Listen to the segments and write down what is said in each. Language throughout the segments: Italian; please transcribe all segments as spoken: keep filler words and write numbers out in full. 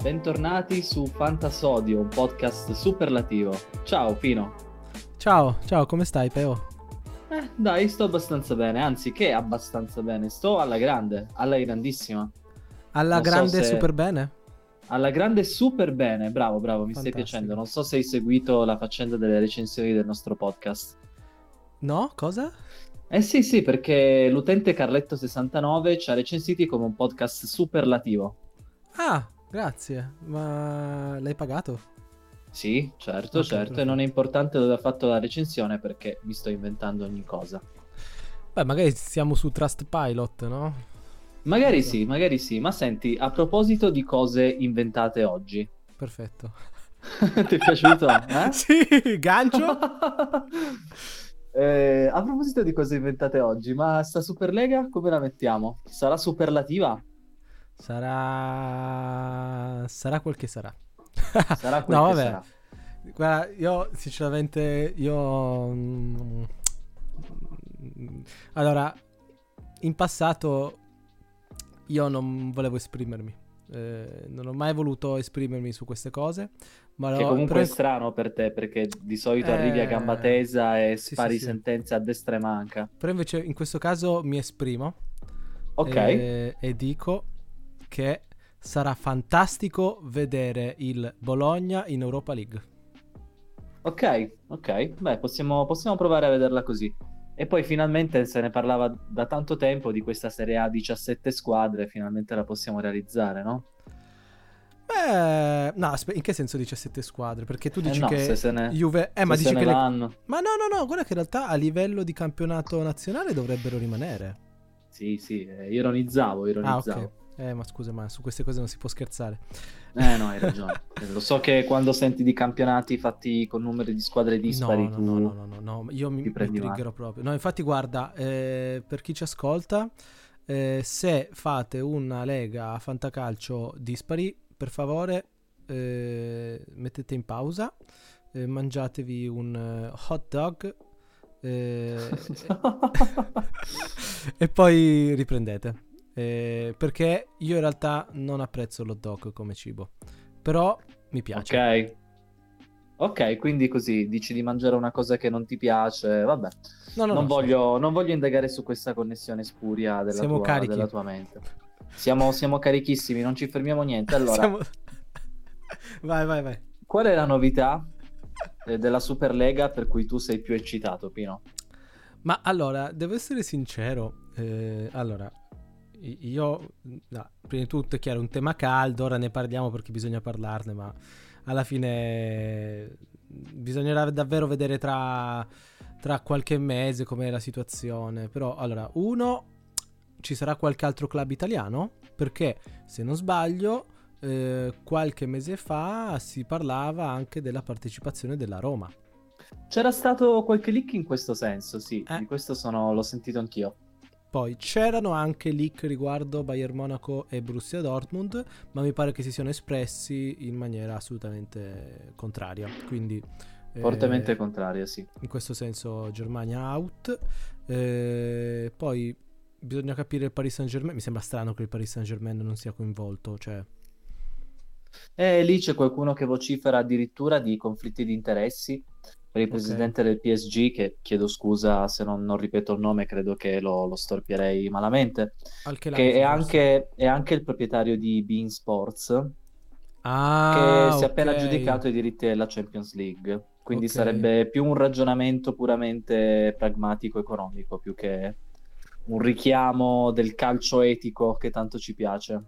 bentornati su Fantasodio, un podcast superlativo. Ciao Pino. Ciao, ciao, come stai, Peo? Eh, dai, sto abbastanza bene, anzi che abbastanza bene, sto alla grande, alla grandissima. Alla Non so grande se- super bene? Alla grande super bene, bravo, bravo, mi stai Fantastico. piacendo. Non so se hai seguito la faccenda delle recensioni del nostro podcast. No? Cosa? Eh sì, sì, perché l'utente Carletto sessantanove ci ha recensiti come un podcast superlativo. Ah, grazie, ma l'hai pagato? Sì, certo, Ok, certo, e non è perfetto. importante dove ha fatto la recensione perché mi sto inventando ogni cosa. Beh, magari siamo su Trustpilot, no? Non lo Magari so. sì, magari sì, ma senti, a proposito di cose inventate oggi, Perfetto. ti è piaciuto? Eh? Sì, gancio? Eh, a proposito di cose inventate oggi, ma sta Superlega come la mettiamo? Sarà superlativa? Sarà... Sarà quel che sarà. Sarà quel No, che vabbè. sarà. Guarda, io sinceramente, io... mm, Allora, in passato io non volevo esprimermi. Eh, non ho mai voluto esprimermi su queste cose, ma Che lo- comunque però è in- strano per te, perché di solito arrivi a gamba eh, tesa e sì, sì, spari sì. sentenze a destra e manca. Però invece in questo caso mi esprimo Ok, eh, e dico che sarà fantastico vedere il Bologna in Europa League. ok, ok. Beh, possiamo, possiamo provare a vederla così. E poi finalmente se ne parlava da tanto tempo di questa Serie A diciassette squadre, finalmente la possiamo realizzare, no? Beh, no, aspe- in che senso diciassette squadre? Perché tu Eh dici no, se che se ne, Juve... Eh, se ma se dici ne che le... vanno. Ma no, no, no, guarda che in realtà a livello di campionato nazionale dovrebbero rimanere. Sì, sì, eh, ironizzavo, Ah, ok. ironizzavo. Eh, ma scusa, ma su queste cose non si può scherzare. Eh no, hai ragione. Eh, Lo so che quando senti di campionati fatti con numeri di squadre No, dispari no, no, no, tu no, no, no, io mi, ti mi prendi male. triggerò proprio. No, infatti, guarda, eh, per chi ci ascolta, eh, se fate una lega a fantacalcio dispari, per favore, eh, mettete in pausa, eh, mangiatevi un eh, hot dog eh, e poi riprendete. Eh, perché io in realtà non apprezzo l'hot dog come cibo, però mi piace. Ok, ok, quindi così dici di mangiare una cosa che non ti piace, vabbè. No, no, Non no, sono- voglio, non voglio indagare su questa connessione spuria della siamo tua, carichi. della tua mente. Siamo, siamo carichissimi, non ci fermiamo niente. Allora, Siamo... Vai, vai, vai. qual è la novità eh, della Superlega per cui tu sei più eccitato, Pino? Ma allora, devo essere sincero. eh, allora, i- io, no, prima di tutto è chiaro, un tema caldo, ora ne parliamo perché bisogna parlarne, ma alla fine bisognerà davvero vedere tra, tra qualche mese com'è la situazione. Però, allora, uno, ci sarà qualche altro club italiano? Perché, se non sbaglio, eh, qualche mese fa si parlava anche della partecipazione della Roma. C'era stato qualche leak in questo senso, sì, Eh, di questo sono, l'ho sentito anch'io. Poi c'erano anche leak riguardo Bayern Monaco e Borussia Dortmund, ma mi pare che si siano espressi in maniera assolutamente contraria. Quindi Fortemente eh, contraria, sì. in questo senso Germania out. Eh, poi bisogna capire il Paris Saint-Germain. Mi sembra strano che il Paris Saint-Germain non sia coinvolto, cioè E lì c'è qualcuno che vocifera addirittura di conflitti di interessi per il ok, presidente del P S G, che chiedo scusa se non, non ripeto il nome, credo che lo, lo storpierei malamente, anche che è Life forse. anche, è anche il proprietario di beIN Sports, che Ah, si è ok, appena aggiudicato i diritti della Champions League. Quindi ok. sarebbe più un ragionamento puramente pragmatico economico, più che un richiamo del calcio etico che tanto ci piace.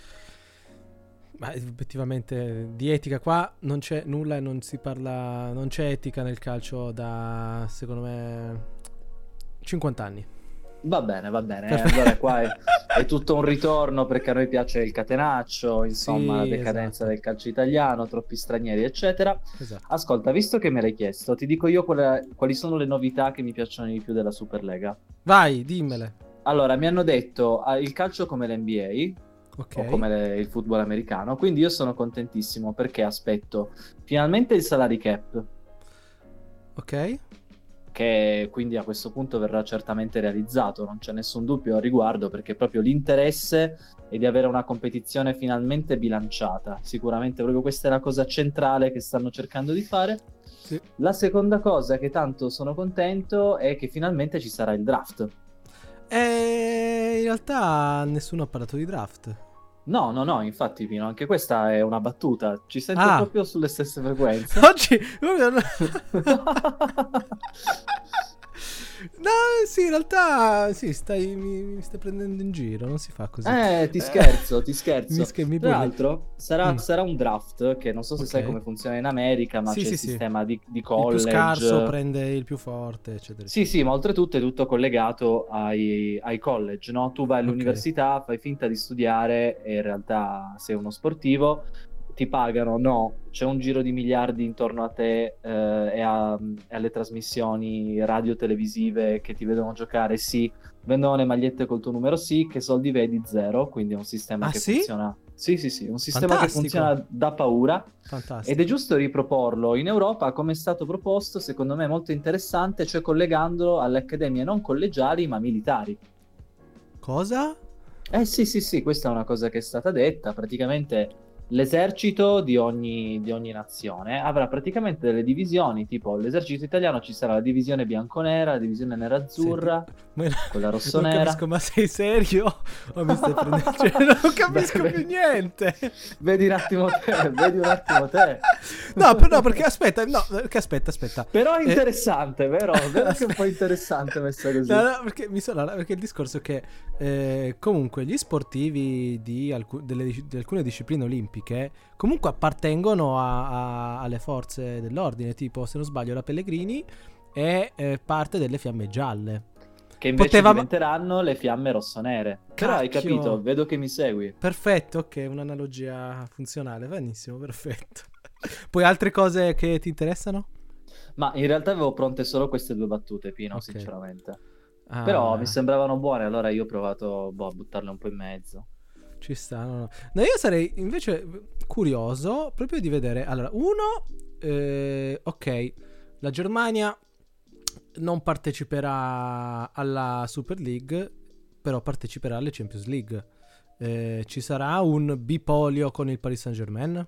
Ma effettivamente di etica qua non c'è nulla e non si parla, non c'è etica nel calcio da, secondo me, cinquanta anni. Va bene, va bene. Eh, Allora Perfetto. qua è, è tutto un ritorno perché a noi piace il catenaccio, insomma, la Sì, decadenza esatto, del calcio italiano, troppi stranieri, eccetera. esatto. Ascolta, visto che me l'hai chiesto, ti dico io qual- quali sono le novità che mi piacciono di più della Superlega. Vai, dimmele. Allora, mi hanno detto ah, il calcio come l'N B Ok, A o come le- il football americano, quindi io sono contentissimo perché aspetto finalmente il salary cap. ok. che quindi a questo punto verrà certamente realizzato, non c'è nessun dubbio al riguardo, perché proprio l'interesse è di avere una competizione finalmente bilanciata. Sicuramente proprio questa è la cosa centrale che stanno cercando di fare. Sì. La seconda cosa che tanto sono contento è che finalmente ci sarà il draft. E in realtà nessuno ha parlato di draft. No, no, no, infatti Pino, anche questa è una battuta, ci sento Ah. proprio sulle stesse frequenze. Oggi... No, sì, in realtà sì, stai, mi, mi stai prendendo in giro, non si fa così. Eh, ti scherzo, ti scherzo. Mi scher- mi Tra bulli. l'altro sarà, Mm. sarà un draft che non so se Ok. sai come funziona in America, ma Sì, c'è sì, il sì. sistema di, di Il college. più scarso prende il più forte, eccetera. Sì, sì, ma oltretutto è tutto collegato ai, ai college, no? Tu vai all'università, fai finta di studiare e in realtà sei uno sportivo, ti pagano? No, c'è un giro di miliardi intorno a te eh, e, a- e alle trasmissioni radio-televisive che ti vedono giocare? Sì, vendono le magliette col tuo numero? Sì, che soldi vedi? Zero, quindi è un sistema Ah, che sì? funziona... Sì, sì, sì, un sistema Fantastico. che funziona da paura. Fantastico. Ed è giusto riproporlo in Europa come è stato proposto, secondo me molto interessante, cioè collegandolo alle accademie non collegiali ma militari. Cosa? Eh sì, sì, sì, questa è una cosa che è stata detta, praticamente l'esercito di ogni, di ogni nazione avrà praticamente delle divisioni, tipo l'esercito italiano ci sarà la divisione bianconera, la divisione nerazzurra, Senti, ma- quella non rossonera. capisco, ma sei serio? O mi stai prendendo? Cioè, non capisco Beh, più niente. Vedi un attimo te, vedi un attimo te. No, per- no, perché aspetta, no, perché aspetta, aspetta. Però è Eh, interessante, vero? Vero che è un aspetta. po' interessante messa così. No, no, perché mi sono, perché il discorso è che eh, comunque gli sportivi di, alcu- delle dis- di alcune discipline olimpiche comunque appartengono a- a- alle forze dell'ordine, tipo se non sbaglio la Pellegrini è eh, parte delle Fiamme Gialle. Che invece Poteva- diventeranno le fiamme rossonere. Però hai Cacchio. capito, vedo che mi segui. Perfetto, ok, un'analogia funzionale, benissimo, perfetto. Poi altre cose che ti interessano? Ma in realtà avevo pronte solo queste due battute, Pino, Ok. sinceramente. Ah, Però mi sembravano buone, allora io ho provato boh, a buttarle un po' in mezzo. ci sta, no, no. No, io sarei invece curioso proprio di vedere. Allora, uno, eh, ok, la Germania non parteciperà alla Super League, però parteciperà alle Champions League. Eh, ci sarà un bipolio con il Paris Saint-Germain?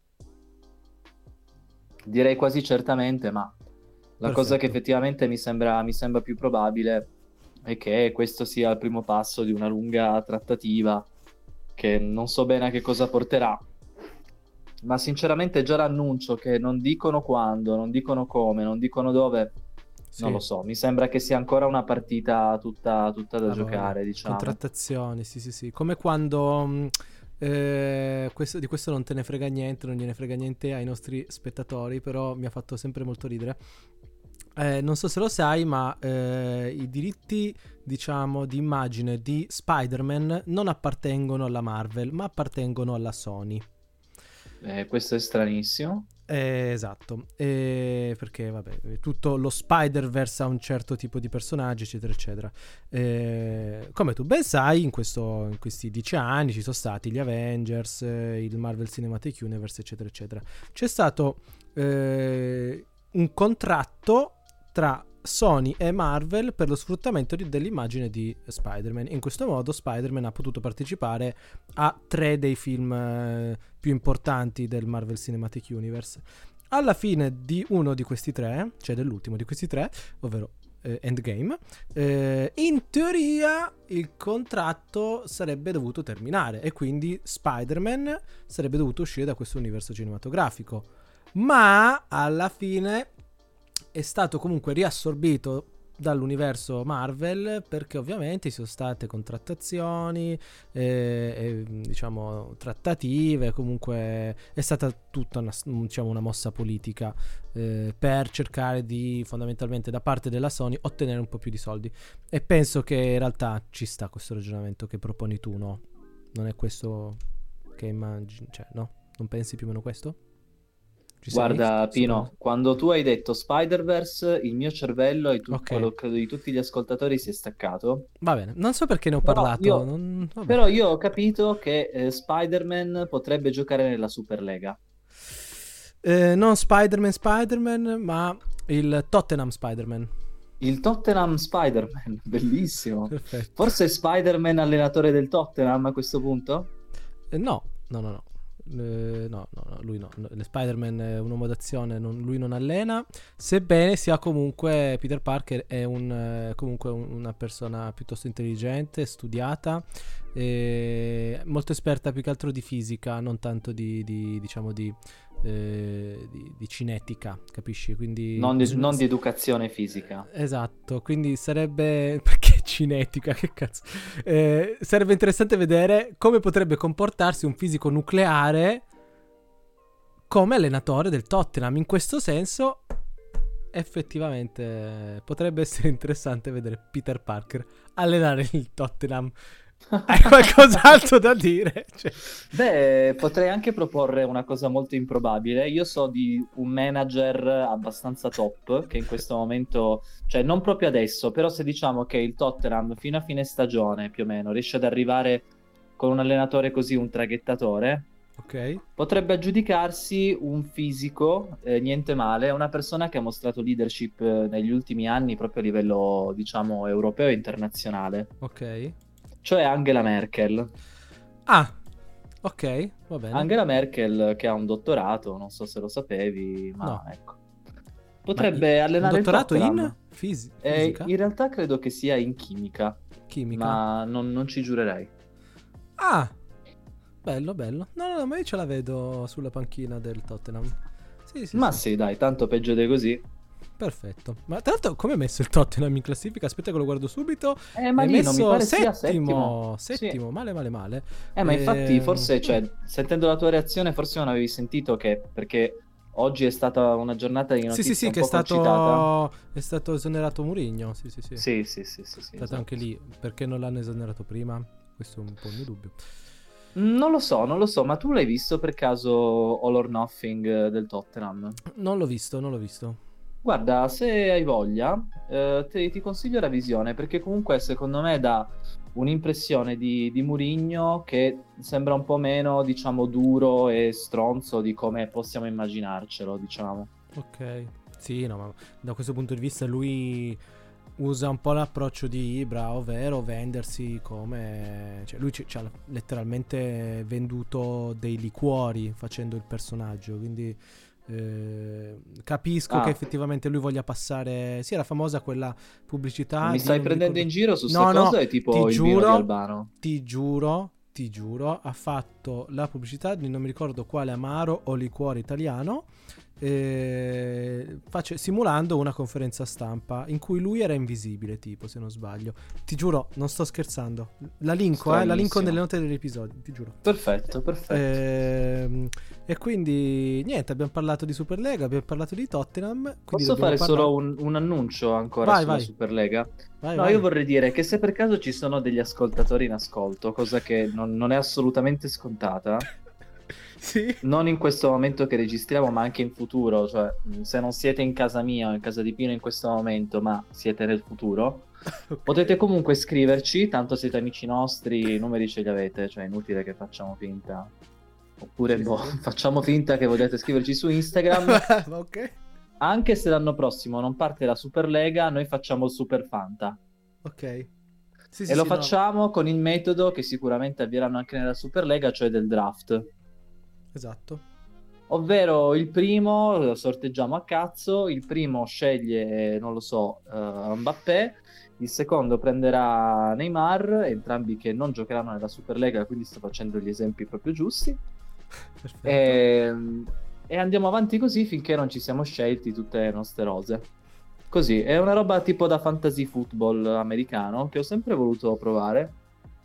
Direi quasi certamente, ma la Perfetto. cosa che effettivamente mi sembra, mi sembra più probabile è che questo sia il primo passo di una lunga trattativa che non so bene a che cosa porterà. Ma sinceramente già l'annuncio che non dicono quando, non dicono come, non dicono dove, Sì. non lo so. Mi sembra che sia ancora una partita tutta, tutta da Ah, giocare, voglia. diciamo. Contrattazioni, sì, sì, sì. Come quando mh, eh, questo, di questo non te ne frega niente, non gliene frega niente ai nostri spettatori, però mi ha fatto sempre molto ridere. Eh, non so se lo sai, ma eh, i diritti, diciamo, di immagine di Spider-Man non appartengono alla Marvel, ma appartengono alla Sony. Eh, questo è stranissimo. Eh, esatto, eh, perché vabbè, tutto lo Spider-Verse ha un certo tipo di personaggi, eccetera, eccetera. Eh, come tu ben sai, in, questo, in questi dieci anni ci sono stati gli Avengers, eh, il Marvel Cinematic Universe, eccetera, eccetera. C'è stato eh, un contratto tra Sony e Marvel per lo sfruttamento di, dell'immagine di Spider-Man. In questo modo Spider-Man ha potuto partecipare a tre dei film eh, più importanti del Marvel Cinematic Universe. Alla fine di uno di questi tre, cioè dell'ultimo di questi tre, ovvero eh, Endgame, eh, in teoria il contratto sarebbe dovuto terminare e quindi Spider-Man sarebbe dovuto uscire da questo universo cinematografico. Ma alla fine è stato comunque riassorbito dall'universo Marvel perché ovviamente ci sono state contrattazioni e, e diciamo trattative, comunque è stata tutta una, diciamo, una mossa politica eh, per cercare di fondamentalmente da parte della Sony ottenere un po' più di soldi, e penso che in realtà ci sta questo ragionamento che proponi tu, no? Non è questo che immagini, cioè no? Non pensi più o meno questo? Ci Guarda, sei? Pino, Sopra- quando tu hai detto Spider-Verse, il mio cervello e tu- Ok. quello credo di tutti gli ascoltatori si è staccato. Va bene, non so perché ne ho Però parlato. io, non- vabbè. però io ho capito che eh, Spider-Man potrebbe giocare nella Superlega. Eh, non Spider-Man Spider-Man, ma il Tottenham Spider-Man. Il Tottenham Spider-Man, bellissimo. Perfetto. Forse è Spider-Man allenatore del Tottenham a questo punto? Eh, no, no, no, no. Eh, no, no, no, lui no. No, Spider-Man è un uomo d'azione, non- lui non allena, sebbene sia comunque Peter Parker è un, eh, comunque un- una persona piuttosto intelligente, studiata, e molto esperta più che altro di fisica, non tanto di, di, diciamo di, eh, di, di cinetica, capisci? Quindi Non di, bisogna... non di educazione fisica. Esatto, quindi sarebbe... Perché cinetica? Che cazzo? Eh, sarebbe interessante vedere come potrebbe comportarsi un fisico nucleare come allenatore del Tottenham. In questo senso, effettivamente, potrebbe essere interessante vedere Peter Parker allenare il Tottenham. Hai qualcos'altro da dire? Cioè... Beh, potrei anche proporre una cosa molto improbabile. Io so di un manager abbastanza top che in questo momento, cioè non proprio adesso, però se diciamo che il Tottenham fino a fine stagione più o meno riesce ad arrivare con un allenatore così, un traghettatore, Ok. potrebbe aggiudicarsi un fisico, eh, niente male, una persona che ha mostrato leadership eh, negli ultimi anni proprio a livello, diciamo, europeo e internazionale, Ok. cioè Angela Merkel. Ah, ok, va bene. Angela Merkel che ha un dottorato, non so se lo sapevi, ma No, ecco. ma i- Potrebbe un allenare il dottorato in Tottenham. fisi- E fisica? in realtà credo che sia in chimica, Chimica? ma non, non ci giurerei. Ah, bello, bello. No, no, no, ma io ce la vedo sulla panchina del Tottenham. Sì, sì, Ma sì. sì, dai, tanto peggio di così. Perfetto. Ma tra l'altro, come è messo il Tottenham in classifica? Aspetta che lo guardo subito. Eh, È malino, mi messo pare sia settimo. settimo. Sì. Settimo, male, male, male. Eh, ma infatti, Ehm, forse, mm, cioè, sentendo la tua reazione, forse non avevi sentito che, perché oggi è stata una giornata di Sì, sì, notizia sì, un che è po' concitata. stato, è stato esonerato Mourinho. Sì, sì, sì. È Sì, sì, sì, sì, sì, stato anche esatto. lì. Perché non l'hanno esonerato prima? Questo è un po' il mio dubbio. Non lo so, non lo so, ma tu l'hai visto per caso All or Nothing eh, del Tottenham? Non l'ho visto, non l'ho visto. Guarda, se hai voglia, eh, te- ti consiglio la visione, perché comunque secondo me dà un'impressione di, di Mourinho che sembra un po' meno, diciamo, duro e stronzo di come possiamo immaginarcelo, diciamo. Ok. Sì, no, ma da questo punto di vista lui usa un po' l'approccio di Ibra, ovvero vendersi come... Cioè lui ci ci ha letteralmente venduto dei liquori facendo il personaggio, quindi eh, capisco che Ah, effettivamente lui voglia passare... Sì, era famosa quella pubblicità mi di... stai non mi prendendo ricordo... in giro su sta No, no, cosa? È ti tipo il vino di giuro, Albano. ti giuro, ti giuro, ha fatto la pubblicità di non mi ricordo quale amaro o liquore italiano, eh, face- simulando una conferenza stampa in cui lui era invisibile, tipo, se non sbaglio. Ti giuro, non sto scherzando. La linko, eh, la linko nelle Stranissimo. note dell'episodio, ti giuro. Perfetto, perfetto. Ehm, e quindi niente, abbiamo parlato di Superlega, abbiamo parlato di Tottenham, quindi Posso dobbiamo fare parlare... solo un, un annuncio ancora Vai, sulla vai, Superlega? vai, No, io vai. vorrei dire che se per caso ci sono degli ascoltatori in ascolto, cosa che non, non è assolutamente scontata, Sì. non in questo momento che registriamo, ma anche in futuro, cioè mh, se non siete in casa mia o in casa di Pino in questo momento, ma siete nel futuro, Ok. potete comunque scriverci, tanto siete amici nostri, i numeri ce li avete, cioè è inutile che facciamo finta. Oppure, Sì, boh, sì, sì. facciamo finta che volete scriverci su Instagram. Ok. Anche se l'anno prossimo non parte la Superlega, noi facciamo il Super Fanta. Ok. Sì, E sì, lo sì, no. facciamo con il metodo che sicuramente avvieranno anche nella Superlega, cioè del draft. Esatto. Ovvero il primo lo sorteggiamo a cazzo, il primo sceglie, non lo so, eh, Mbappé, il secondo prenderà Neymar, entrambi che non giocheranno nella Superlega, quindi sto facendo gli esempi proprio giusti. Perfetto. E, e andiamo avanti così finché non ci siamo scelti tutte le nostre rose. Così, è una roba tipo da fantasy football americano che ho sempre voluto provare.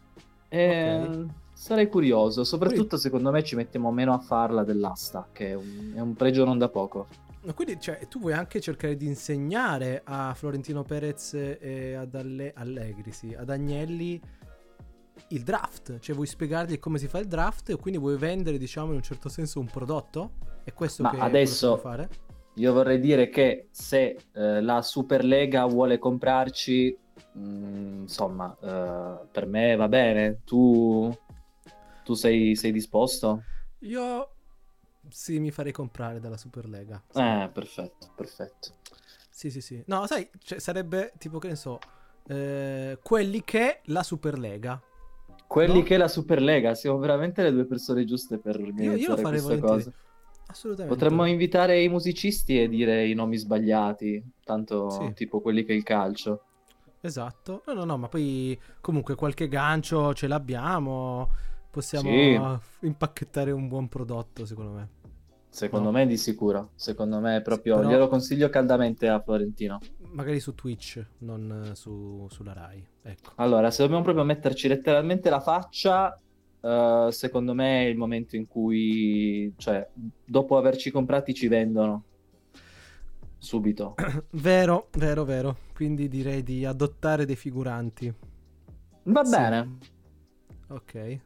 Ok. E sarei curioso, Quindi, soprattutto secondo me ci mettiamo meno a farla dell'asta, che è un, è un pregio non da poco. quindi cioè, tu vuoi anche cercare di insegnare a Florentino Perez e ad Alle- Allegri, sì, ad Agnelli il draft, cioè vuoi spiegargli come si fa il draft e quindi vuoi vendere, diciamo, in un certo senso un prodotto? È questo Ma che è quello che vuoi adesso fare? io vorrei dire che se eh, la Superlega vuole comprarci, mh, insomma, eh, per me va bene. Tu, tu sei, sei disposto? Io sì, mi farei comprare dalla Superlega, sì. Eh, perfetto, perfetto. Sì, sì, sì. No, sai, cioè, sarebbe tipo, che ne so, eh, quelli che la Superlega, Quelli no? che la Superlega, siamo veramente le due persone giuste per Io, io lo organizzare farei questa volentieri. cosa. Assolutamente. Potremmo invitare i musicisti e dire i nomi sbagliati, tanto Sì, tipo quelli che il calcio. esatto. No, no, no, ma poi comunque qualche gancio ce l'abbiamo. Sì, Possiamo impacchettare un buon prodotto, secondo me. secondo No? me di sicuro. Secondo me Sì, proprio però glielo consiglio caldamente a Florentino. magari su Twitch, non su, sulla Rai. Ecco. Allora, se dobbiamo proprio metterci letteralmente la faccia, eh, secondo me è il momento in cui, cioè, dopo averci comprati ci vendono subito. Vero, vero, vero. Quindi direi di adottare dei figuranti. Va Sì, bene, ok.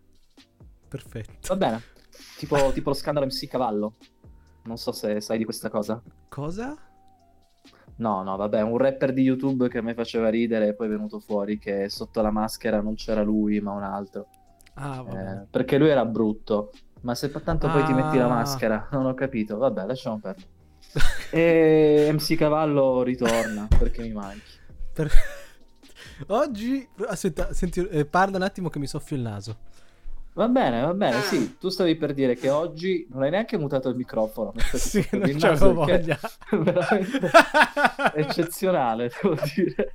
va Perfetto. bene. Tipo, tipo lo scandalo M C Cavallo. Non so se sai di questa cosa. Cosa? No, no, vabbè, un rapper di YouTube che a me faceva ridere e poi è venuto fuori che sotto la maschera non c'era lui, ma un altro. Ah, va bene. Eh, perché lui era brutto. Ma se p- tanto poi ti metti la Ah. maschera, non ho capito. Vabbè, lasciamo perdere. E M C Cavallo ritorna perché mi manchi. Per... Oggi... Aspetta, senti, eh, parla un attimo che mi soffio il naso. Va bene, va bene, sì, tu stavi per dire che oggi non hai neanche mutato il microfono mentre ti Sì, soffiavi non il naso, c'avevo il che voglia. è veramente eccezionale, devo dire.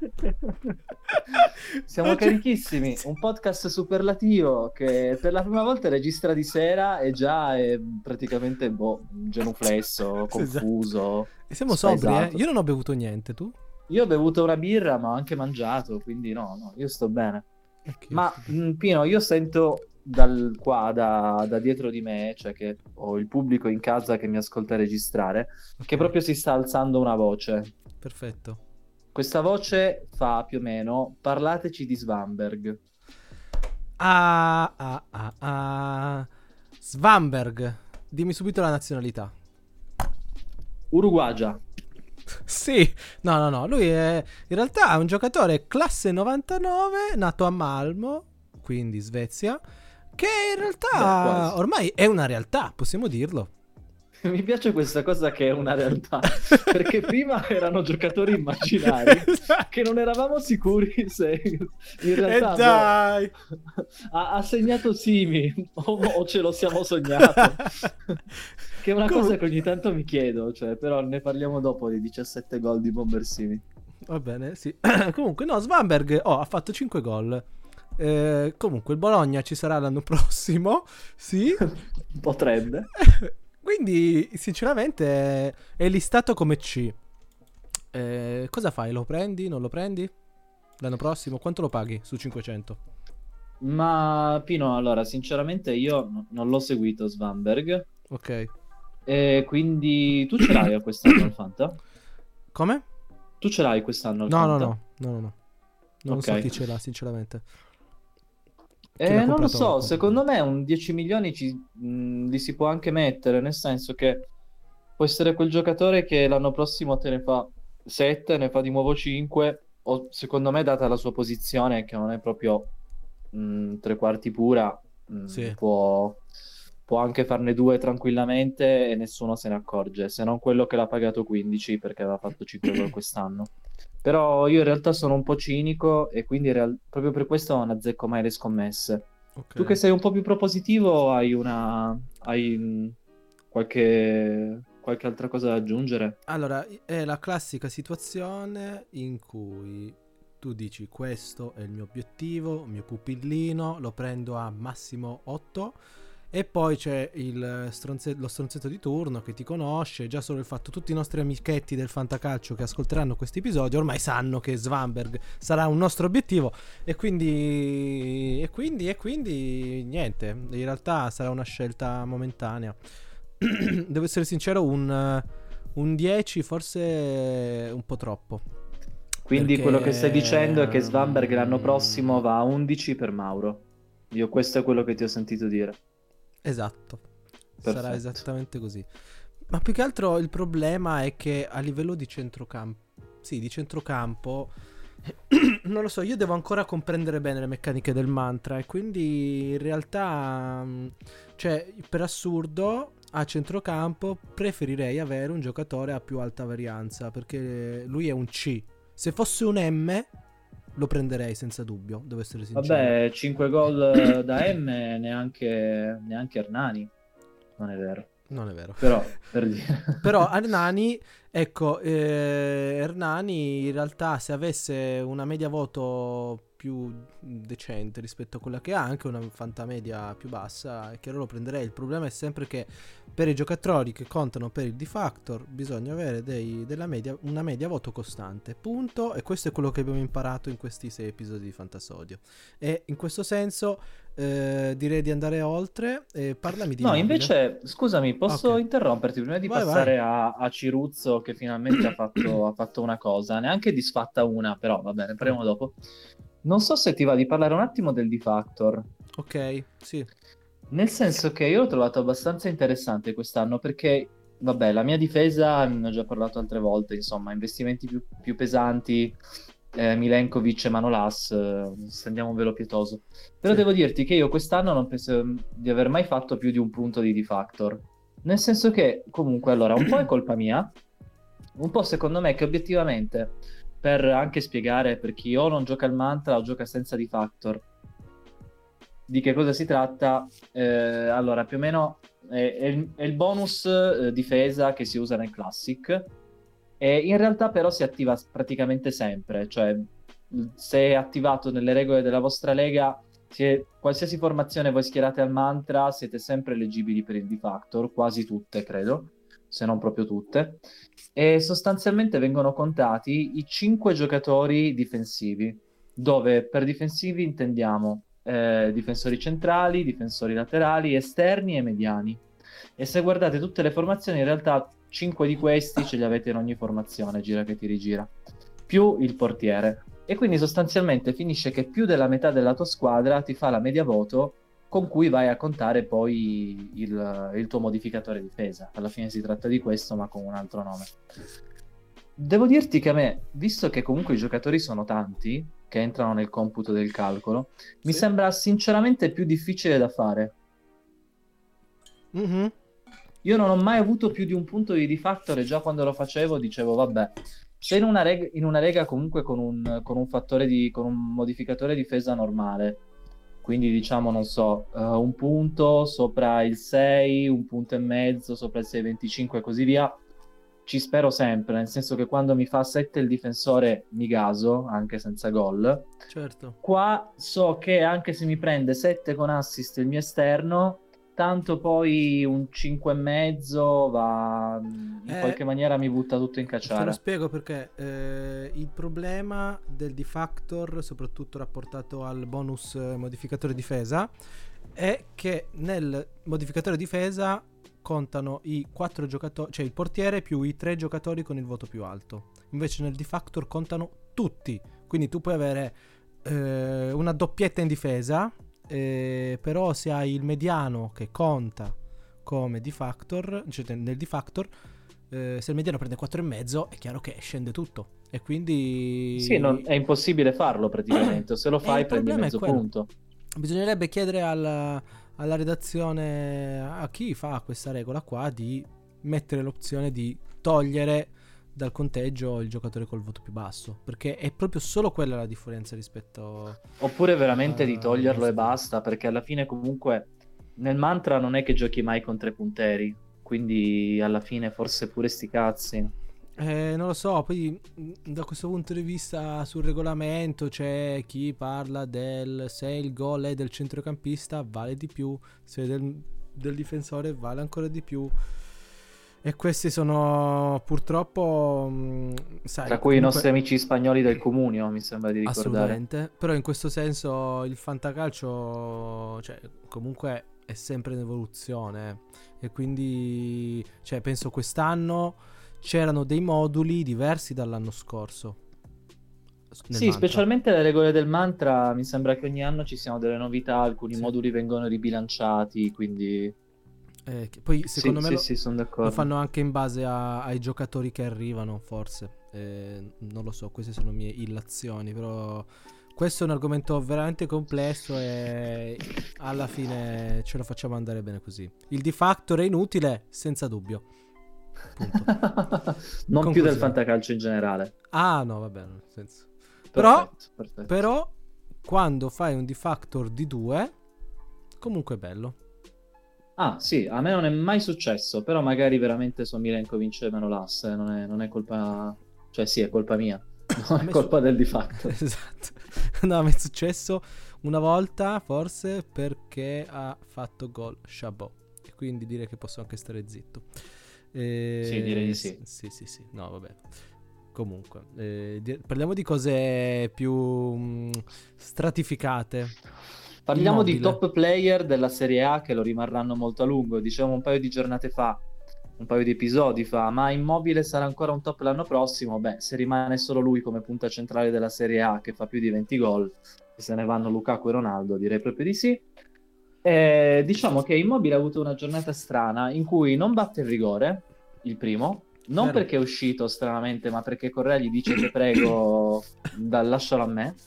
Siamo Non c'è- carichissimi, un podcast superlativo che per la prima volta registra di sera e già è praticamente boh, genuflesso, Sì, esatto. confuso, E siamo sobri, eh? spaesato. Io non ho bevuto niente, tu? Io ho bevuto una birra, ma ho anche mangiato, quindi no, no, io sto bene. Ok, Ma ok. mh, Pino, io sento dal qua, da, da dietro di me, cioè che ho il pubblico in casa che mi ascolta registrare, che Ok, proprio si sta alzando una voce. perfetto. Questa voce fa più o meno, parlateci di Svanberg. Ah, ah, ah, ah. Svanberg. Dimmi subito la nazionalità. Uruguagia. Sì, no, no, no. Lui è in realtà è un giocatore classe novantanove, nato a Malmo, quindi Svezia, che in Beh, realtà quasi. ormai è una realtà, possiamo dirlo. Mi piace questa cosa che è una realtà, perché prima erano giocatori immaginari che non eravamo sicuri se in E realtà boh, dai! ha, ha segnato Simi o, o ce lo siamo sognato. Che è una cosa Comu- che ogni tanto mi chiedo, cioè, però ne parliamo dopo dei diciassette gol di Bomber Simi. Va bene, sì. Comunque, no, Svanberg oh, ha fatto cinque gol. Eh, comunque, il Bologna ci sarà l'anno prossimo, sì. Potrebbe. Quindi, sinceramente, è listato come C. Eh, cosa fai? Lo prendi? Non lo prendi? L'anno prossimo? Quanto lo paghi su cinquecento? Ma Pino, allora, sinceramente io n- non l'ho seguito Svanberg, Ok. e quindi tu ce l'hai a quest'anno al Fanta? Come? Tu ce l'hai quest'anno al No, no, Fanta? no, no, no, no. Non Ok. so chi ce l'ha, sinceramente. Chi l'ha Eh, non lo so, comprato? secondo me un dieci milioni ci, mh, li si può anche mettere, nel senso che può essere quel giocatore che l'anno prossimo te ne fa sette, ne fa di nuovo cinque, o secondo me, data la sua posizione, che non è proprio mh, tre quarti pura, mh, Sì. può, può anche farne due tranquillamente e nessuno se ne accorge, se non quello che l'ha pagato quindici perché aveva fatto cinque gol quest'anno. Però io in realtà sono un po' cinico e quindi in real- proprio per questo non azzecco mai le scommesse. Tu che Ok. sei un po' più propositivo, hai una... hai mh, qualche... qualche altra cosa da aggiungere? Allora, è la classica situazione in cui tu dici questo è il mio obiettivo, il mio pupillino, lo prendo a massimo otto e poi c'è il stronze- lo stronzetto di turno che ti conosce, già solo il fatto tutti i nostri amichetti del fantacalcio che ascolteranno questo episodio ormai sanno che Svanberg sarà un nostro obiettivo e quindi e quindi e quindi niente, in realtà sarà una scelta momentanea. Devo essere sincero, un un dieci forse un po' troppo. Quindi quello che stai dicendo è che Perché... Svanberg l'anno prossimo mm, va a undici per Mauro. Io questo è quello che ti ho sentito dire. esatto. Sarà Perfetto. esattamente così. Ma più che altro il problema è che a livello di centrocampo... Sì, di centrocampo... non lo so, io devo ancora comprendere bene le meccaniche del mantra e quindi in realtà... mm, cioè, per assurdo, a centrocampo preferirei avere un giocatore a più alta varianza, perché lui è un C. Se fosse un M lo prenderei senza dubbio, devo essere sincero. Vabbè, cinque gol da M neanche, neanche Hernani, non è vero. Non è vero. Però, per dire. Però Hernani, ecco, eh, Hernani in realtà se avesse una media voto più decente rispetto a quella che ha, anche una fantamedia più bassa, è chiaro lo prenderei. Il problema è sempre che per i giocatori che contano per il D-Factor bisogna avere dei, della media, una media voto costante, punto. E questo è quello che abbiamo imparato in questi sei episodi di Fantasodio. E in questo senso eh, direi di andare oltre. Eh, parlami di No, Immobile. invece, scusami, posso Ok. interromperti prima di Vai, passare vai. a, a Ciruzzo che finalmente ha fatto, ha fatto una cosa, neanche disfatta una, però va bene, ne parliamo dopo. Non so se ti va di parlare un attimo del D-Factor. Ok, sì. Nel senso che io l'ho trovato abbastanza interessante quest'anno perché, vabbè, la mia difesa, ne ho già parlato altre volte, insomma, investimenti più, più pesanti, eh, Milenkovic e Manolas, eh, stendiamo un velo pietoso. Però Sì. devo dirti che io quest'anno non penso di aver mai fatto più di un punto di D-Factor. Nel senso che, comunque, allora, un po' è colpa mia, un po' secondo me che obiettivamente, per anche spiegare per chi o non gioca al mantra o gioca senza D-Factor, di che cosa si tratta? Eh, allora, più o meno è, è il, è il bonus eh, difesa che si usa nel Classic e in realtà però si attiva praticamente sempre, cioè se è attivato nelle regole della vostra lega, se, qualsiasi formazione voi schierate al mantra siete sempre eleggibili per il D-Factor, quasi tutte credo, se non proprio tutte, e sostanzialmente vengono contati i cinque giocatori difensivi, dove per difensivi intendiamo eh, difensori centrali, difensori laterali, esterni e mediani. E se guardate tutte le formazioni, in realtà cinque di questi ce li avete in ogni formazione, gira che ti rigira, più il portiere. E quindi sostanzialmente finisce che più della metà della tua squadra ti fa la media voto con cui vai a contare poi il, il tuo modificatore difesa. Alla fine si tratta di questo, ma con un altro nome. Devo dirti che a me, visto che comunque i giocatori sono tanti, che entrano nel computo del calcolo, mi Sì. sembra sinceramente più difficile da fare. Mm-hmm. Io non ho mai avuto più di un punto di D-Factor e già quando lo facevo dicevo, vabbè, se in una, reg- in una lega comunque con un, con un fattore di, con un modificatore difesa normale, quindi diciamo, non so, uh, un punto sopra il sei, un punto e mezzo sopra il sei virgola venticinque e così via, ci spero sempre, nel senso che quando mi fa sette il difensore mi gaso, anche senza gol. Certo. Qua so che anche se mi prende sette con assist il mio esterno, tanto poi un cinque e mezzo va, in Eh, qualche maniera mi butta tutto in Te lo cacciara. spiego perché eh, il problema del D-Factor, soprattutto rapportato al bonus eh, modificatore difesa, è che nel modificatore difesa contano i quattro giocatori, cioè il portiere più i tre giocatori con il voto più alto. Invece nel D-Factor contano tutti, quindi tu puoi avere eh, una doppietta in difesa, eh, però se hai il mediano che conta come D-Factor, cioè nel D-Factor, eh, se il mediano prende quattro e mezzo è chiaro che scende tutto e quindi Sì, non, è impossibile farlo praticamente, o se lo e il fai prendi problema è mezzo quello. punto. Bisognerebbe chiedere alla, alla redazione, a chi fa questa regola qua, di mettere l'opzione di togliere dal conteggio il giocatore col voto più basso, perché è proprio solo quella la differenza rispetto Oppure veramente di al toglierlo e resto. basta, perché alla fine comunque nel mantra non è che giochi mai con tre punteri, quindi alla fine forse pure sti cazzi. Eh, non lo so, poi mh, da questo punto di vista sul regolamento c'è chi parla del se il gol è del centrocampista vale di più, se è del, del difensore vale ancora di più. E questi sono purtroppo, mh, sai, Tra cui i comunque nostri amici spagnoli del Comunio, mi sembra di ricordare. assolutamente, però in questo senso il fantacalcio, cioè, comunque è sempre in evoluzione e quindi, cioè, penso quest'anno c'erano dei moduli diversi dall'anno scorso nel Sì, mantra. specialmente le regole del mantra, mi sembra che ogni anno ci siano delle novità, alcuni Sì. moduli vengono ribilanciati, quindi Eh, che poi sì, secondo me sì, lo, sì, sono lo d'accordo. fanno anche in base a- ai giocatori che arrivano, forse. Eh, non lo so, queste sono mie illazioni, però questo è un argomento veramente complesso e alla fine ce lo facciamo andare bene così. Il D-Factor è inutile, senza dubbio. Punto. Non più del fantacalcio in generale. Ah no, va bene, nel senso. Perfetto, Però, perfetto. però, quando fai un D-Factor di due, comunque è bello. Ah sì, a me non è mai successo, però magari veramente Somilenko vince meno l'asse, non è, non è colpa... Cioè sì, è colpa mia, non è colpa su... del D-Factor. Esatto. No, mi è successo una volta, forse, perché ha fatto gol Chabot. E quindi direi che posso anche stare zitto. Eh, sì, direi di sì. Sì, sì, sì. No, vabbè. Comunque, eh, di- parliamo di cose più mh, stratificate. Parliamo Immobile. di top player della Serie A che lo rimarranno molto a lungo. Diciamo un paio di giornate fa, un paio di episodi fa, ma Immobile sarà ancora un top l'anno prossimo? Beh, se rimane solo lui come punta centrale della Serie A che fa più di venti gol, e se ne vanno Lukaku e Ronaldo, direi proprio di sì. E diciamo che Immobile ha avuto una giornata strana in cui non batte il rigore, il primo, non Vero. perché è uscito stranamente, ma perché Correa gli dice che prego, da, lascialo a me.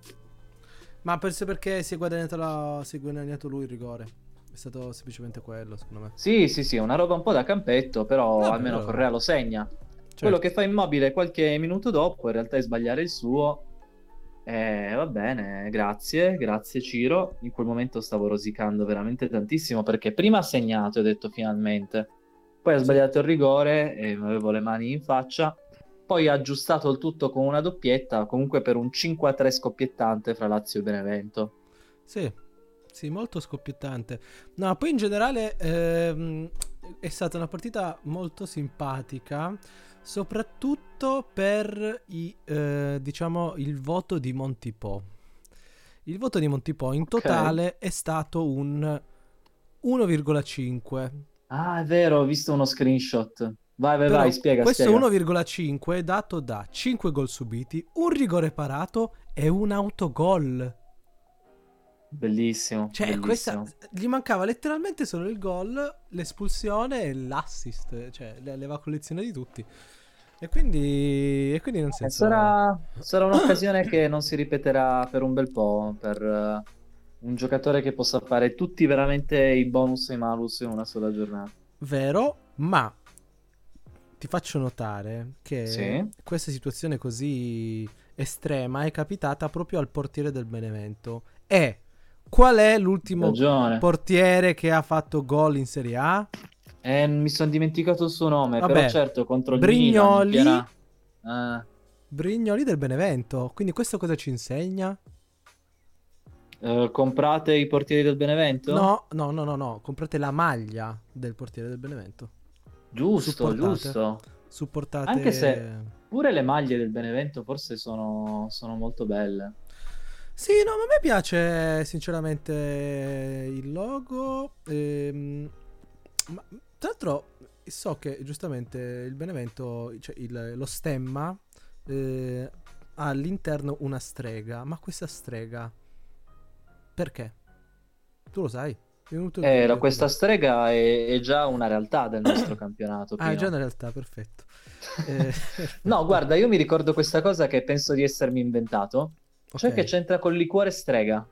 Ma penso perché si è guadagnato, la... si è guadagnato lui il rigore. È stato semplicemente quello, secondo me. Sì, sì, sì, una roba un po' da campetto, però Vabbè, almeno però... Correa lo segna. certo. Quello che fa Immobile qualche minuto dopo in realtà è sbagliare il suo. Eh, va bene, grazie, grazie Ciro. In quel momento stavo rosicando veramente tantissimo perché prima ha segnato e ho detto finalmente, poi ha sbagliato sì. il rigore e avevo le mani in faccia. Poi ha aggiustato il tutto con una doppietta, comunque per un cinque a tre scoppiettante fra Lazio e Benevento. Sì, sì, molto scoppiettante. No, poi in generale ehm, è stata una partita molto simpatica, soprattutto per i, eh, diciamo, il voto di Montipò. Il voto di Montipò in Okay. totale è stato un uno virgola cinque. Ah, è vero, ho visto uno screenshot. Vai, vai, Però vai, spiega, questo spiega. uno virgola cinque è dato da cinque gol subiti, un rigore parato e un autogol. Bellissimo, Cioè, bellissimo. questa gli mancava letteralmente solo il gol, l'espulsione e l'assist. Cioè, le aveva collezione di tutti. E quindi, e quindi nel senso... Sarà, sarà un'occasione che non si ripeterà per un bel po', per uh, un giocatore che possa fare tutti veramente i bonus e i malus in una sola giornata. Vero, ma ti faccio notare che sì. questa situazione così estrema è capitata proprio al portiere del Benevento. E qual è l'ultimo Ragione. portiere che ha fatto gol in Serie A? Eh, mi sono dimenticato il suo nome, Vabbè, però certo contro il Brignoli, Milan in piena... eh. Brignoli del Benevento. Quindi questo cosa ci insegna? Uh, comprate i portieri del Benevento? No, no, no, no, no. Comprate la maglia del portiere del Benevento. Giusto, Supportate. giusto. Supportate. Anche se pure le maglie del Benevento forse sono, sono molto belle. Sì, no, ma a me piace sinceramente il logo. Ehm, ma tra l'altro so che giustamente il Benevento, cioè il, lo stemma, eh, ha all'interno una strega. Ma questa strega perché? Tu lo sai? Eh, la, questa strega è, è già una realtà del nostro campionato. Ah, è Pino. già una realtà, perfetto. Eh, no, guarda, io mi ricordo questa cosa che penso di essermi inventato. Cioè okay. che c'entra col liquore strega.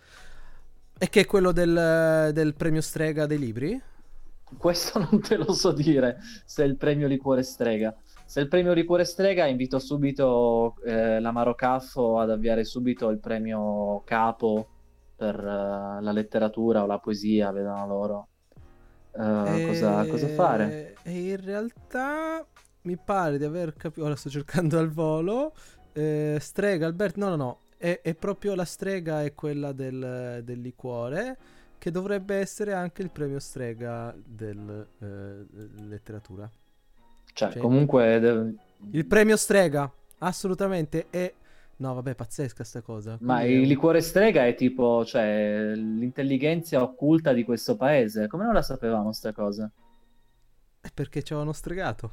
E che è quello del, del premio strega dei libri? Questo non te lo so dire, se è il premio liquore strega. Se è il premio liquore strega, invito subito eh, l'Amaro Caffo ad avviare subito il premio capo per uh, la letteratura o la poesia, vedono loro uh, e... cosa, cosa fare. E in realtà mi pare di aver capito, ora sto cercando al volo, eh, strega, Alberto, no no no, è, è proprio la strega, è quella del, del liquore, che dovrebbe essere anche il premio strega del eh, letteratura. Cioè, cioè comunque... Il, il premio strega, assolutamente, è... No, vabbè, pazzesca sta cosa. Ma Quindi il un... liquore strega è tipo, cioè, l'intelligenza occulta di questo paese. Come non la sapevamo sta cosa? È perché ci avevano stregato.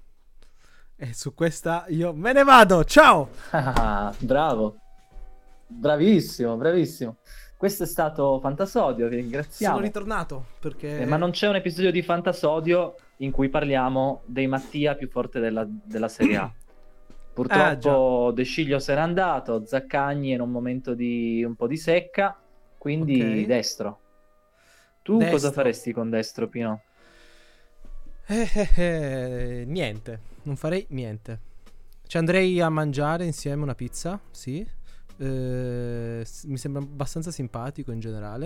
E su questa io me ne vado, ciao! Bravo, bravissimo, bravissimo. Questo è stato Fantasodio, vi ringraziamo. Sono ritornato perché... Eh, ma non c'è un episodio di Fantasodio in cui parliamo dei Mattia più forte della, della Serie A. Ah, già. Purtroppo De Sciglio se n'è andato, Zaccagni è in un momento di un po' di secca, quindi Ok. destro. Tu cosa Destro. faresti con destro, Pino? Eh, eh, eh, niente, non farei niente. Ci andrei a mangiare insieme una pizza, sì. Eh, s- mi sembra abbastanza simpatico in generale.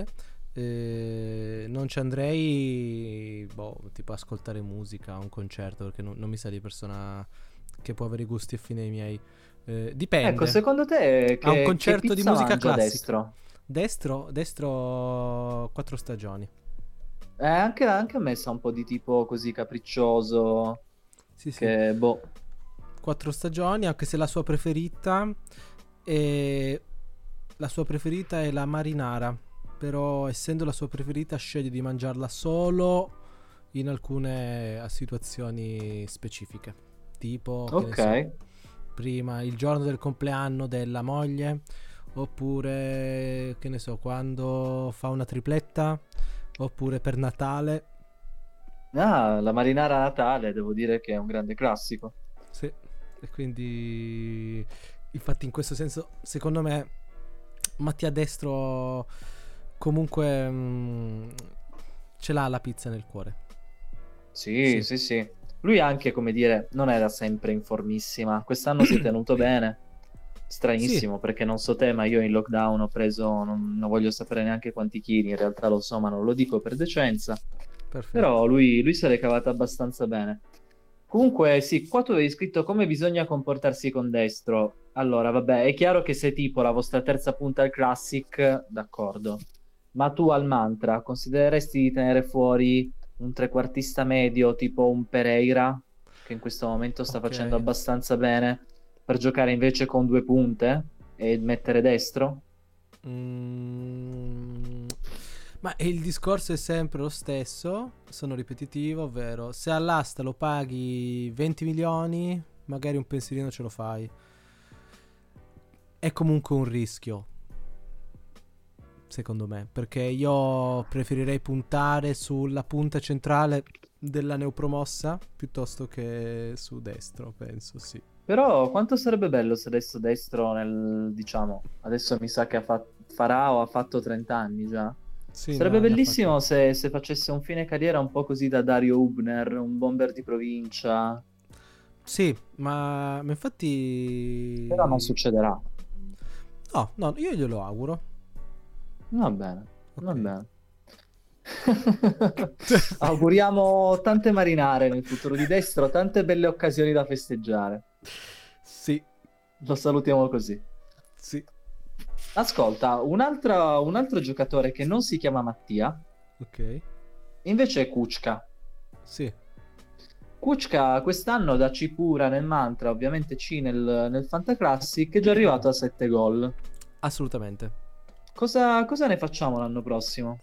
Eh, non ci andrei, boh, tipo ascoltare musica, un concerto, perché non, non mi sa di persona che può avere i gusti affini ai miei. Eh, Ecco, dipende. secondo te A un che, che concerto di pizza musica mangia classica. destro? Destro, destro, quattro stagioni. Eh, anche, anche a me sa un po' di tipo così capriccioso, Sì, sì. che boh. Quattro stagioni, anche se la sua preferita è la sua preferita è la marinara, però essendo la sua preferita sceglie di mangiarla solo in alcune eh, situazioni specifiche, tipo, che ne Ok. so, prima il giorno del compleanno della moglie, oppure che ne so, quando fa una tripletta, oppure per Natale. Ah, la marinara a Natale, devo dire che è un grande classico. Sì, e quindi infatti in questo senso secondo me Mattia Destro comunque mm, ce l'ha la pizza nel cuore. Sì, Sì. sì, sì. Lui anche, come dire, non era sempre in formissima. Quest'anno si è tenuto bene. Sì, Stranissimo, perché non so te, ma io in lockdown ho preso, non, non voglio sapere neanche quanti chili, in realtà lo so, ma non lo dico per decenza. perfetto. Però lui, lui se l'è cavata abbastanza bene. Comunque, sì, qua tu avevi scritto come bisogna comportarsi con destro. Allora, vabbè, è chiaro che se tipo la vostra terza punta al classic, d'accordo. Ma tu al mantra considereresti di tenere fuori un trequartista medio tipo un Pereira, che in questo momento sta Ok. facendo abbastanza bene, per giocare invece con due punte e mettere destro? Mm, ma il discorso è sempre lo stesso, sono ripetitivo, ovvero se all'asta lo paghi venti milioni, magari un pensierino ce lo fai. È comunque un rischio, secondo me, perché io preferirei puntare sulla punta centrale della neopromossa piuttosto che su destro, penso, sì. Però quanto sarebbe bello se adesso destro nel, diciamo, adesso mi sa che ha fa- farà o ha fatto trenta anni già. Sì, ne Sarebbe ha, ne ha fatti. bellissimo se, se facesse un fine carriera un po' così da Dario Hubner, un bomber di provincia, Sì, ma, ma però non infatti... succederà. No, no, io glielo auguro. Va bene, va Ok. bene. Auguriamo tante marinare nel futuro di destro, tante belle occasioni da festeggiare. Sì, Lo salutiamo così. sì, Ascolta, un altro, un altro giocatore che non si chiama Mattia, ok. invece è Kuczka. Sì, Kuczka quest'anno da C pura nel mantra, ovviamente C nel, nel Fantaclassic, è già arrivato a sette gol. assolutamente. Cosa, cosa ne facciamo l'anno prossimo?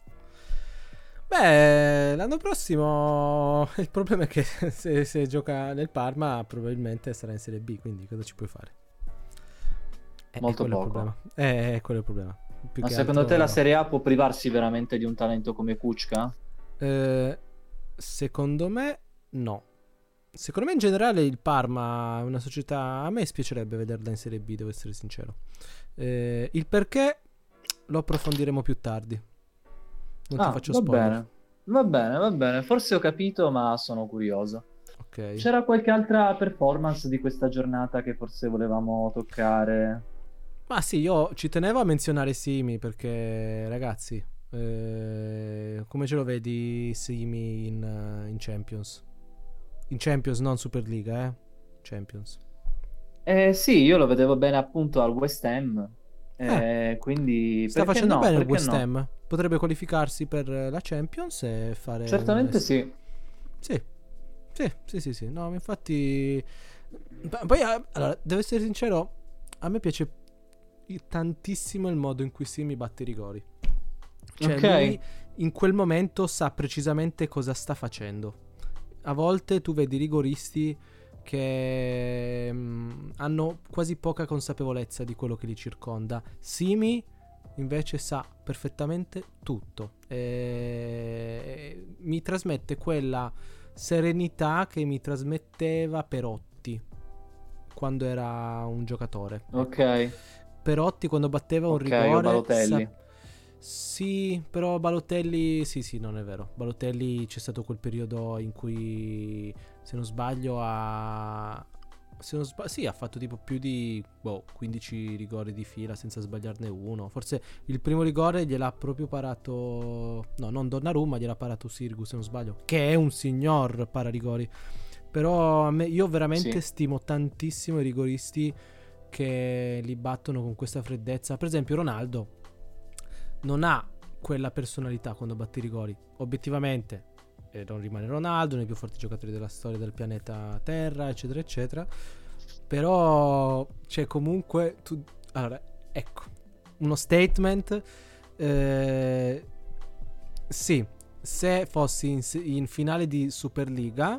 Beh, l'anno prossimo il problema è che se, se gioca nel Parma probabilmente sarà in Serie B, quindi cosa ci puoi fare? Eh, è Molto quello il problema. poco. Eh, è quello il problema. Più Ma che secondo te la altro... Serie A può privarsi veramente di un talento come Kuczka? eh, secondo me no. Secondo me in generale il Parma è una società... A me spiacerebbe vederla in Serie B, devo essere sincero. Eh, il perché lo approfondiremo più tardi. Non ti Ah, faccio va spoiler. bene, va bene, va bene. Forse ho capito, ma sono curioso. Ok. C'era qualche altra performance di questa giornata che forse volevamo toccare? Ma sì, io ci tenevo a menzionare Simi perché, ragazzi, eh, come ce lo vedi Simi in, eh, in Champions? In Champions, non Superliga, eh? Champions. Eh sì, io lo vedevo bene appunto al West Ham, Eh, eh, quindi sta perché facendo no? bene il Perché West no? Ham. Potrebbe qualificarsi per la Champions e fare un... Certamente sì. Sì, sì, sì, sì, sì. No, infatti... Poi, eh, allora, devo essere sincero, a me piace tantissimo il modo in cui Simi batte i rigori. Cioè Ok, lui in quel momento sa precisamente cosa sta facendo. A volte tu vedi rigoristi che mm, hanno quasi poca consapevolezza di quello che li circonda. Simi invece sa perfettamente tutto. E mi trasmette quella serenità che mi trasmetteva Perotti. quando era un giocatore. Ecco. Ok. Perotti quando batteva un Ok, o rigore Balotelli. sa- sì, però Balotelli sì sì non è vero. Balotelli c'è stato quel periodo in cui, se non sbaglio, ha se non sba- sì, ha fatto tipo più di boh, quindici rigori di fila senza sbagliarne uno. Forse il primo rigore gliel'ha proprio parato, no, non Donnarumma, gliel'ha parato Sirigu, se non sbaglio, che è un signor pararigori. Però a me, io veramente Sì. stimo tantissimo i rigoristi che li battono con questa freddezza. Per esempio Ronaldo non ha quella personalità quando batte i rigori. Obiettivamente eh, non rimane Ronaldo, uno dei più forti giocatori della storia del pianeta Terra, eccetera, eccetera. Però c'è comunque tu... Allora, ecco, uno statement. eh, Sì, se fossi in, in finale di Superliga,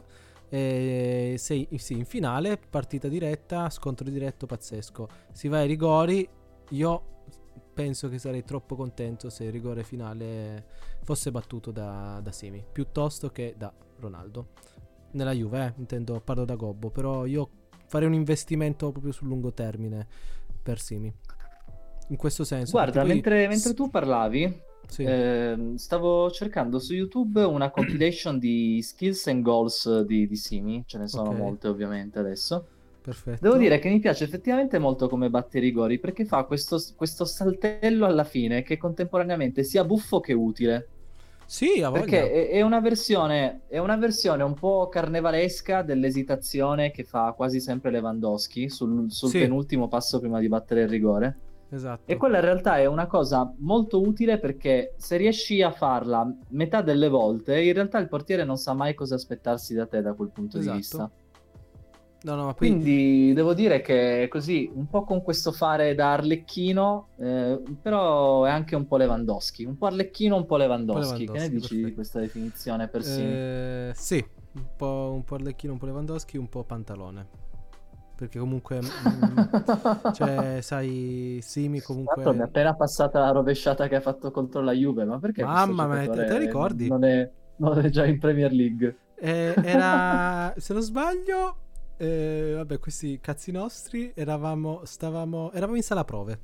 eh, sei, sì, in finale, partita diretta, scontro diretto pazzesco. Si va ai rigori, io penso che sarei troppo contento se il rigore finale fosse battuto da, da Simi, piuttosto che da Ronaldo. Nella Juve, eh, intendo, parlo da gobbo, però io farei un investimento proprio sul lungo termine per Simi. In questo senso, perché Guarda, poi... mentre, mentre s- tu parlavi, Sì, ehm, stavo cercando su YouTube una compilation di skills and goals di, di Simi, ce ne sono ok, molte ovviamente adesso. Devo perfetto. dire che mi piace effettivamente molto come batte i rigori, perché fa questo, questo saltello alla fine che è contemporaneamente sia buffo che utile. Sì, ha voglia. Perché è, è una versione, è una versione un po' carnevalesca dell'esitazione che fa quasi sempre Lewandowski sul, sul Sì, penultimo passo prima di battere il rigore. E esatto. quella in realtà è una cosa molto utile perché se riesci a farla metà delle volte, in realtà il portiere non sa mai cosa aspettarsi da te da quel punto di Esatto. vista. No, no, ma poi Quindi devo dire che così, un po' con questo fare da Arlecchino, eh, però è anche un po' Lewandowski. Un po' Arlecchino, un po' un po' Lewandowski. Che ne Lewandowski, dici di perfetto. questa definizione per Simi? Eh, sì, un po', un po' Arlecchino, un po' Lewandowski, un po' Pantalone. Perché comunque, mm, cioè, sai, Simi Tra l'altro mi è comunque... appena passata la rovesciata che ha fatto contro la Juve, ma perché questo Mamma mia, te, te la giocatore non, ricordi? non è, non è già in Premier League? Eh, era, se non sbaglio, eh, vabbè, questi cazzi nostri, eravamo, stavamo, eravamo in sala prove.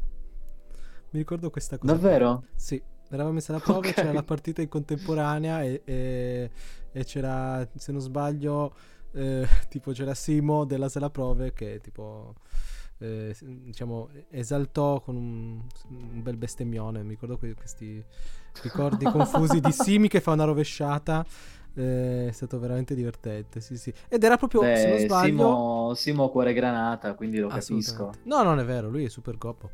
Mi ricordo questa cosa qua. Davvero? Sì, eravamo in sala prove, c'era la Ok. partita in contemporanea e, e- e c'era, se non sbaglio, eh, tipo c'era Simo della sala prove che tipo, eh, diciamo, esaltò con un, un bel bestemmione. Mi ricordo que- questi ricordi confusi di Simi che fa una rovesciata. Eh, è stato veramente divertente, sì, sì. Ed era proprio, se non Beh, sbaglio, Simo, Simo cuore granata, quindi lo assolutamente. capisco. No, non è vero, lui è super gobbo.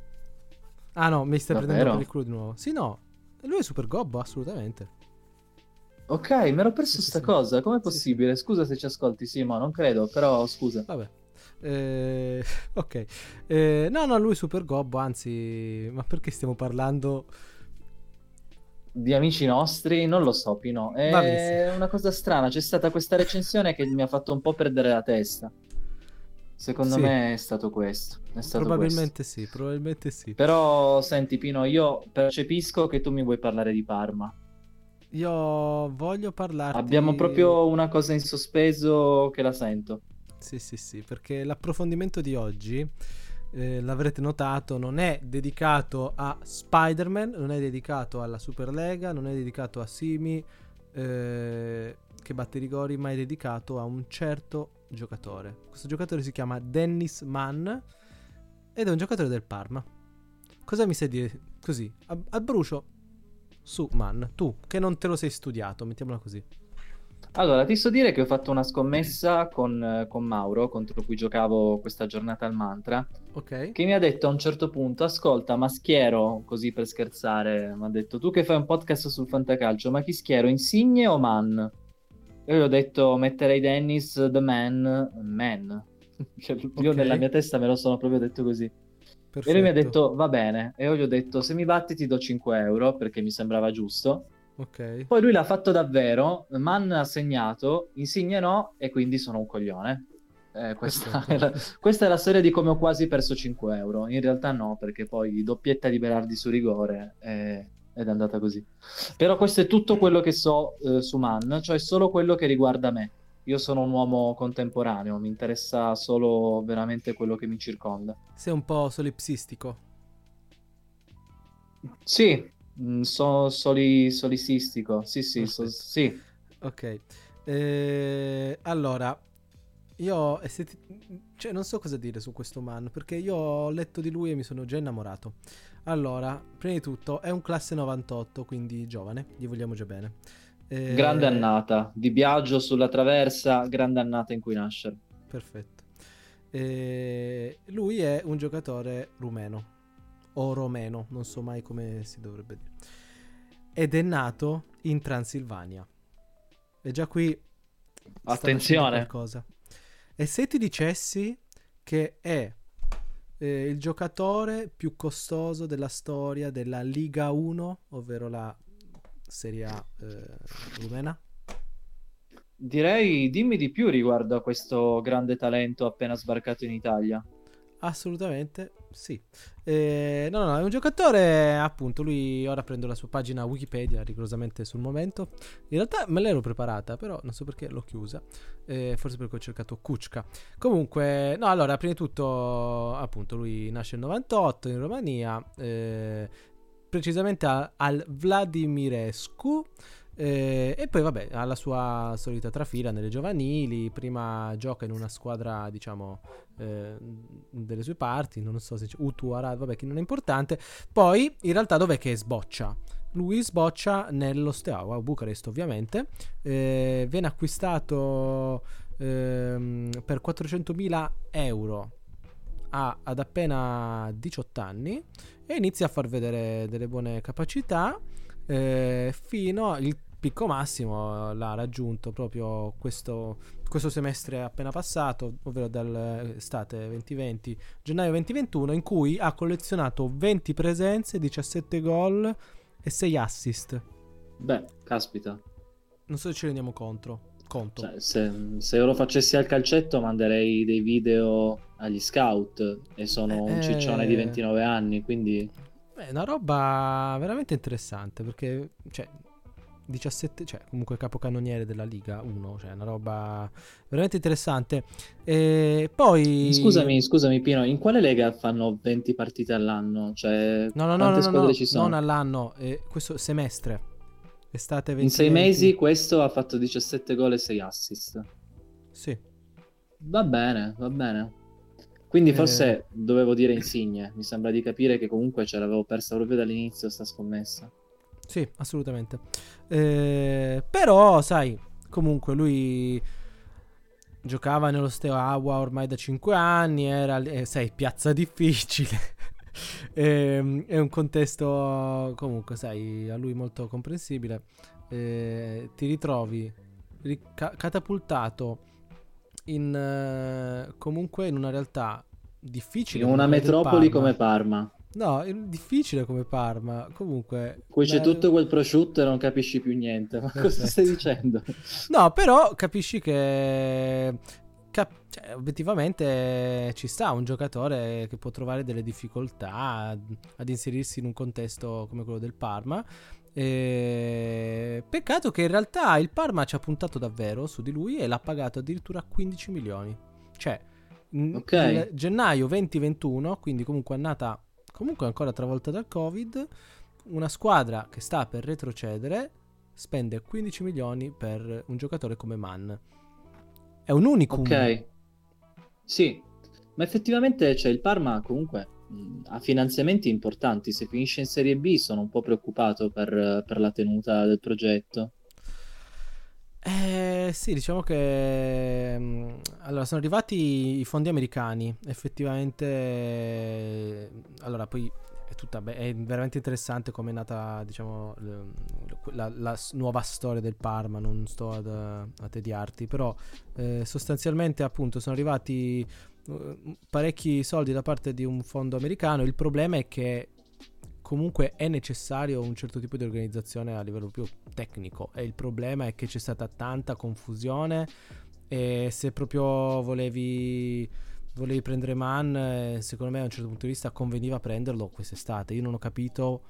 Ah no, mi stai prendendo per il Davvero? culo di nuovo. Sì, no, lui è super gobbo, assolutamente. Ok, mi ero Sì, perso sì, sta sì. cosa. Com'è Sì, sì. possibile? Scusa se ci ascolti, Simo, non credo, però scusa. Vabbè. Eh, ok. Eh, no, no, lui è super gobbo, anzi, ma perché stiamo parlando? Di amici nostri, non lo so, Pino. Va benissimo. È una cosa strana. C'è stata questa recensione che mi ha fatto un po' perdere la testa. Secondo Sì, me è stato questo. È stato questo. probabilmente sì, probabilmente sì. Però, senti, Pino, io percepisco che tu mi vuoi parlare di Parma. Io voglio Abbiamo parlarti... proprio una cosa in sospeso che la sento. Sì, sì, sì, perché l'approfondimento di oggi, eh, l'avrete notato, non è dedicato a Spider-Man, non è dedicato alla Superlega, non è dedicato a Simi eh, che batte i rigori, ma è dedicato a un certo giocatore. Questo giocatore si chiama Dennis Mann ed è un giocatore del Parma. Cosa mi sai dire così, a, a brucio, su Mann, tu che non te lo sei studiato, mettiamola così. Allora, ti so dire che ho fatto una scommessa con, eh, con Mauro, contro cui giocavo questa giornata al Mantra, Ok? che mi ha detto a un certo punto, ascolta, ma schiero, così per scherzare, mi ha detto, tu che fai un podcast sul fantacalcio, ma chi schiero, Insigne o Man? E io gli ho detto, metterei Dennis, The Man, Man. Che io nella Ok, mia testa me lo sono proprio detto così. E lui mi ha perfetto. detto, va bene. E io gli ho detto, se mi batti ti do cinque euro, perché mi sembrava giusto. Ok. Poi lui l'ha fatto davvero, Man ha segnato, Insigne no, e quindi sono un coglione. Eh, questa Perfetto. è la, questa è la storia di come ho quasi perso cinque euro. In realtà no, perché poi doppietta di Berardi su rigore eh, ed è andata così. Però questo è tutto quello che so eh, su Man, cioè solo quello che riguarda me. io sono un uomo contemporaneo, mi interessa solo veramente quello che mi circonda. Sei un po' solipsistico. Sì, mm, so, soli, solisistico, sì, sì, so- Perfetto. sì. Ok. Eh, allora, io estetti- cioè, non so cosa dire su questo man, perché io ho letto di lui e mi sono già innamorato. Allora, prima di tutto è un classe novantotto, quindi giovane, gli vogliamo già bene. Grande Eh, annata, di Biagio sulla traversa, grande annata in cui nascere. perfetto. Eh, lui è un giocatore rumeno o romeno, non so mai come si dovrebbe dire. Ed è nato in Transilvania. E già qui sta nascendo Attenzione, qualcosa. E se ti dicessi che è eh, il giocatore più costoso della storia della Liga uno, ovvero la Serie A eh, rumena? direi dimmi di più riguardo a questo grande talento appena sbarcato in Italia. Assolutamente sì. Eh, no, no, no, è un giocatore, appunto, lui ora prendo la sua pagina Wikipedia rigorosamente sul momento. In realtà me l'ero preparata, però non so perché l'ho chiusa. Eh, forse perché ho cercato Kuczka. Comunque, no, allora, prima di tutto, appunto, lui nasce nel novantotto in Romania, eh, precisamente a- al Vladimirescu. Eh, e poi vabbè ha la sua solita trafila nelle giovanili. Prima gioca in una squadra, diciamo, eh, delle sue parti, non so se c'è Utu Arad, vabbè, che non è importante. Poi in realtà dov'è che sboccia? Lui sboccia nello Steaua, a Bucarest ovviamente. Eh, viene acquistato ehm, per quattrocentomila euro a, ad appena diciotto anni e inizia a far vedere delle buone capacità, eh, fino al picco massimo l'ha raggiunto proprio questo, questo semestre appena passato, ovvero dall'estate duemilaventi, gennaio duemilaventuno, in cui ha collezionato venti presenze, diciassette gol e sei assist. Beh, caspita. Non so se ci rendiamo conto. Conto. Cioè, se, se io lo facessi al calcetto manderei dei video agli scout e Eh, sono un ciccione di eh, ventinove anni, quindi È una roba veramente interessante perché, cioè, diciassette, cioè, comunque capocannoniere della Liga uno, cioè, una roba veramente interessante. E poi, scusami, scusami Pino, in quale lega fanno venti partite all'anno? Cioè, no, no, no, no, quante no, squadre no, ci non sono? all'anno, eh, questo semestre, estate In sei duemilaventi. mesi questo ha fatto diciassette gol e sei assist. Sì, Va bene, va bene. Quindi eh, forse dovevo dire Insigne. Mi sembra di capire che comunque ce l'avevo persa proprio dall'inizio sta scommessa. sì, assolutamente. Eh, però, sai, comunque lui giocava nello Steaua ormai da cinque anni, era, eh, sai, piazza difficile. Ehm, è un contesto comunque, sai, a lui molto comprensibile. Eh, ti ritrovi rica- catapultato in eh, comunque in una realtà In difficile come una quella del metropoli come Parma. Parma, No, è difficile come Parma. Comunque, in cui c'è la- tutto quel prosciutto e non capisci più niente. Ma cosa stai perfetto. dicendo? No, però capisci che cap- cioè, obiettivamente ci sta un giocatore che può trovare delle difficoltà ad, ad inserirsi in un contesto come quello del Parma. E... Peccato che in realtà il Parma ci ha puntato davvero su di lui e l'ha pagato addirittura quindici milioni. Cioè, n- Ok, il gennaio duemilaventuno, quindi comunque annata comunque ancora travolta dal Covid, una squadra che sta per retrocedere spende quindici milioni per un giocatore come Mann. È un unicum. ok. Sì, ma effettivamente cioè, il Parma comunque mh, ha finanziamenti importanti. Se finisce in Serie B sono un po' preoccupato per, per la tenuta del progetto. Eh sì, diciamo che mm, allora sono arrivati i fondi americani, effettivamente. Allora, poi è tutta be- è veramente interessante come è nata, diciamo, l- la, la s- nuova storia del Parma. Non sto ad, a tediarti, però eh, sostanzialmente, appunto, sono arrivati eh, parecchi soldi da parte di un fondo americano. Il problema è che comunque è necessario un certo tipo di organizzazione a livello più tecnico, e il problema è che c'è stata tanta confusione, e se proprio volevi volevi prendere Mann, eh, secondo me a un certo punto di vista conveniva prenderlo quest'estate. Io non ho capito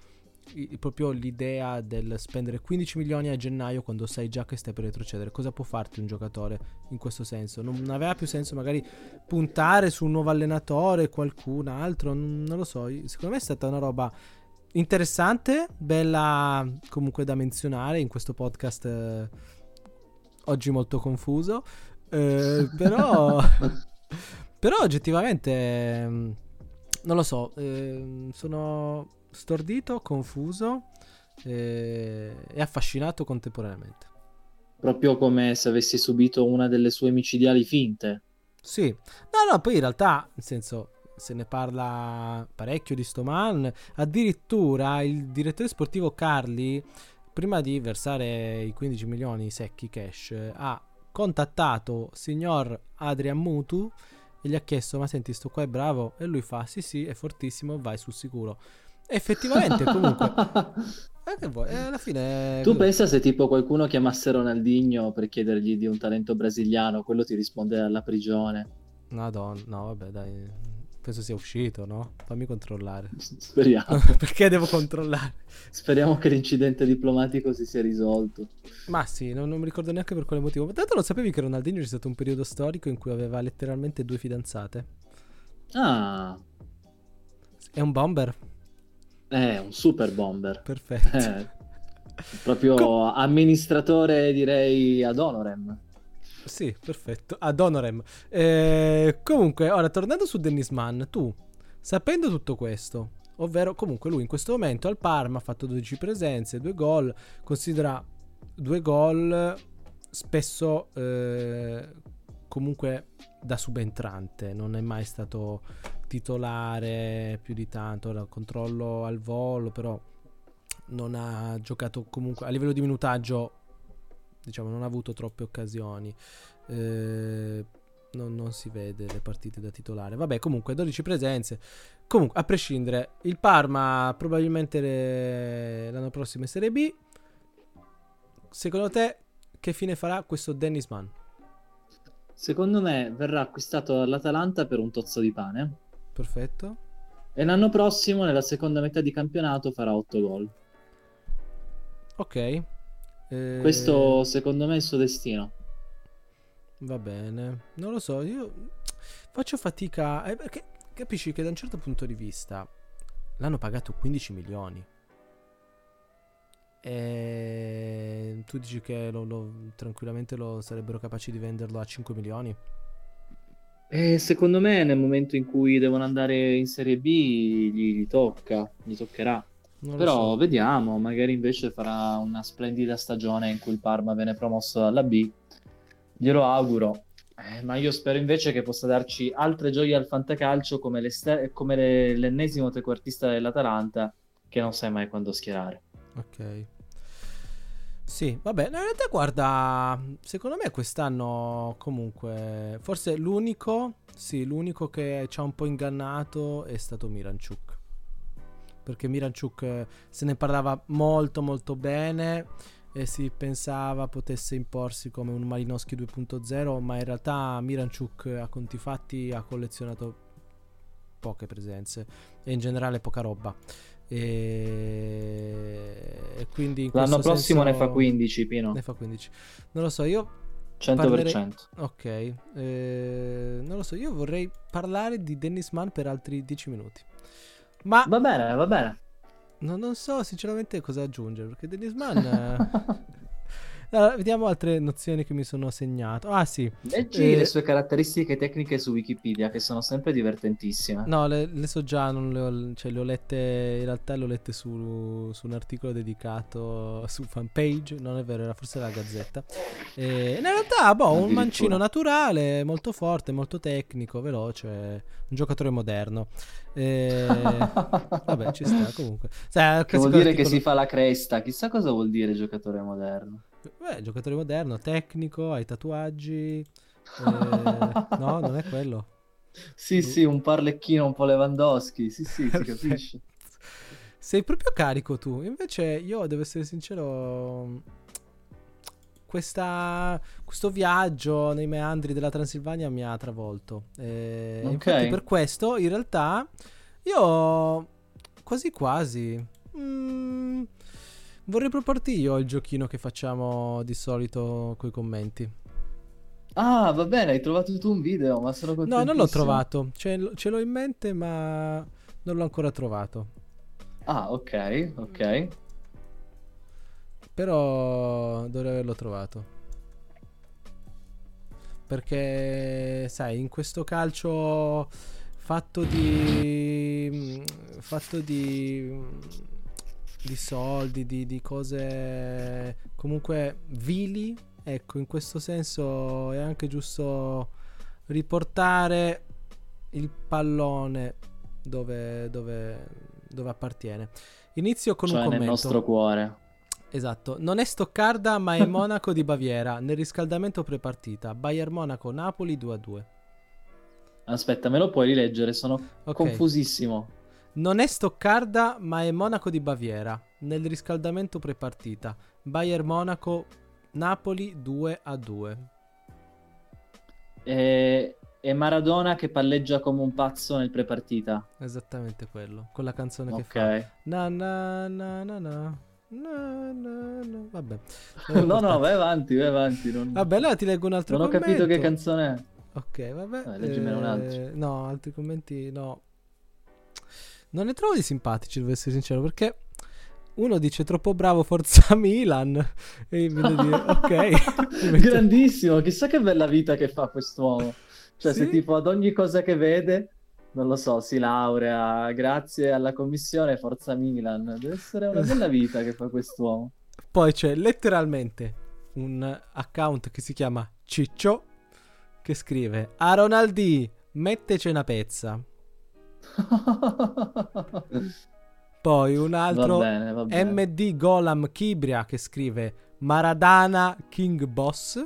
i- proprio l'idea del spendere quindici milioni a gennaio quando sai già che stai per retrocedere. Cosa può farti un giocatore in questo senso? Non aveva più senso magari puntare su un nuovo allenatore, qualcun altro, non, non lo so. Secondo me è stata una roba interessante, bella comunque da menzionare in questo podcast eh, oggi molto confuso, eh, però però oggettivamente mm, non lo so, eh, sono stordito, confuso eh, e affascinato contemporaneamente. Proprio come se avessi subito una delle sue micidiali finte. Sì, no, no, poi in realtà, nel senso, se ne parla parecchio di sto man. Addirittura il direttore sportivo Carli, prima di versare i quindici milioni secchi cash, ha contattato signor Adrian Mutu e gli ha chiesto: ma senti, sto qua è bravo? E lui fa: sì sì, è fortissimo, vai sul sicuro. Effettivamente, comunque, eh, che vuoi? Eh, alla fine Tu pensa se tipo qualcuno chiamasse Ronaldinho per chiedergli di un talento brasiliano, quello ti risponde alla prigione. Madonna, no, vabbè, dai. Penso sia uscito, no? Fammi controllare. Speriamo. Perché devo controllare? Speriamo che l'incidente diplomatico si sia risolto. Ma sì, non, non mi ricordo neanche per quale motivo. Ma tanto lo sapevi che Ronaldinho c'è stato un periodo storico in cui aveva letteralmente due fidanzate? Ah, È un bomber? è un super bomber. Perfetto. Eh, proprio Com- amministratore, direi, ad honorem. Sì, perfetto. Ad honorem. Eh, comunque, ora tornando su Dennis Mann, tu, sapendo tutto questo, ovvero comunque lui in questo momento al Parma ha fatto dodici presenze, due gol, considera due gol spesso eh, comunque da subentrante, non è mai stato titolare più di tanto, ora controllo al volo, però non ha giocato comunque a livello di minutaggio, diciamo, non ha avuto troppe occasioni, eh, non, non si vede le partite da titolare. Vabbè, comunque dodici presenze. Comunque, a prescindere, il Parma probabilmente le- l'anno prossimo è Serie B. Secondo te che fine farà questo Dennis Mann? Secondo me verrà acquistato dall'Atalanta per un tozzo di pane Perfetto. e l'anno prossimo, nella seconda metà di campionato, farà otto gol. Ok. Eh, Questo secondo me è il suo destino. Va bene. Non lo so, io faccio fatica, eh, perché capisci che da un certo punto di vista l'hanno pagato quindici milioni. E tu dici che lo, lo- tranquillamente lo sarebbero capaci di venderlo a cinque milioni? E secondo me nel momento in cui devono andare in Serie B gli, gli tocca, gli toccherà. Non lo Però so. vediamo, magari invece farà una splendida stagione in cui il Parma viene promosso dalla B. Glielo auguro. Eh, ma io spero invece che possa darci altre gioie al fantacalcio come, l'este- come le- l'ennesimo trequartista dell'Atalanta, che non sai mai quando schierare. Ok. Sì, vabbè, no, in realtà guarda, secondo me quest'anno comunque, forse l'unico, sì, l'unico che ci ha un po' ingannato è stato Miranchuk. Perché Miranchuk eh, se ne parlava molto molto bene e si pensava potesse imporsi come un Malinowski due punto zero, ma in realtà Miranchuk a conti fatti ha collezionato poche presenze e in generale poca roba. E, e quindi in L'anno questo prossimo senso ne fa quindici, Pino. ne fa quindici. Non lo so, io cento per parlerei. cento. Ok, eh, non lo so, io vorrei parlare di Dennis Mann per altri dieci minuti. Ma Va bene, va bene. no, non so sinceramente cosa aggiungere, perché Dennis Mann eh, allora, vediamo altre nozioni che mi sono segnato. Ah sì, Leggi le eh, sue caratteristiche tecniche su Wikipedia, che sono sempre divertentissime. no, le, le so già, non le ho, cioè le ho lette, in realtà le ho lette su, su un articolo dedicato su fanpage, non è vero, era forse la Gazzetta. E in realtà, boh, un Addirittura. mancino naturale, molto forte, molto tecnico, veloce, un giocatore moderno. E, vabbè, ci sta comunque. Sai, Che vuol dire che si fa la cresta. Chissà cosa vuol dire giocatore moderno. Beh, giocatore moderno, tecnico, hai tatuaggi. Eh, no, non è quello. Sì, Boh. sì, un parlecchino un po' Lewandowski. Sì, sì, si Perfetto. capisce. Sei proprio carico tu. Invece io, devo essere sincero, questa, questo viaggio nei meandri della Transilvania mi ha travolto. E Ok. infatti per questo, in realtà, io quasi quasi, mm, vorrei proporti io il giochino che facciamo di solito coi commenti. Ah, va bene, hai trovato tu un video, ma sono No, non l'ho contentissimo. trovato. Cioè, ce l'ho in mente, ma non l'ho ancora trovato. Ah, ok, ok. Però dovrei averlo trovato. Perché, sai, in questo calcio fatto di... fatto di... di soldi, di, di cose comunque vili, ecco, in questo senso è anche giusto riportare il pallone dove, dove, dove appartiene. Inizio con un Cioè nel commento. nostro cuore. Esatto, non è Stoccarda ma è Monaco di Baviera nel riscaldamento prepartita. Bayern Monaco Napoli due a due. Aspetta, me lo puoi rileggere? Sono Ok. confusissimo. Non è Stoccarda ma è Monaco di Baviera nel riscaldamento prepartita. Bayern Monaco Napoli due a due. E... È Maradona che palleggia come un pazzo nel prepartita. Esattamente quello, con la canzone che Ok. fa na na na na na na na na. Vabbè, non è No, no, importante. vai avanti, vai avanti. Non, Vabbè, allora ti leggo un altro non ho commento. capito che canzone è. Ok, vabbè. Vabbè, leggimene un altro. eh, No, altri commenti no. Non ne trovo di simpatici, devo essere sincero, perché uno dice troppo bravo, forza Milan. E io mi devo dire, ok. Mi metto- Grandissimo, chissà che bella vita che fa quest'uomo. Cioè, se Sì? tipo ad ogni cosa che vede, non lo so, si laurea, grazie alla commissione Forza Milan. Deve essere una bella vita che fa quest'uomo. Poi c'è letteralmente un account che si chiama Ciccio che scrive a Ronaldi metteci una pezza. Poi un Va altro bene, va bene. M D Golam Kibria che scrive Maradana King Boss.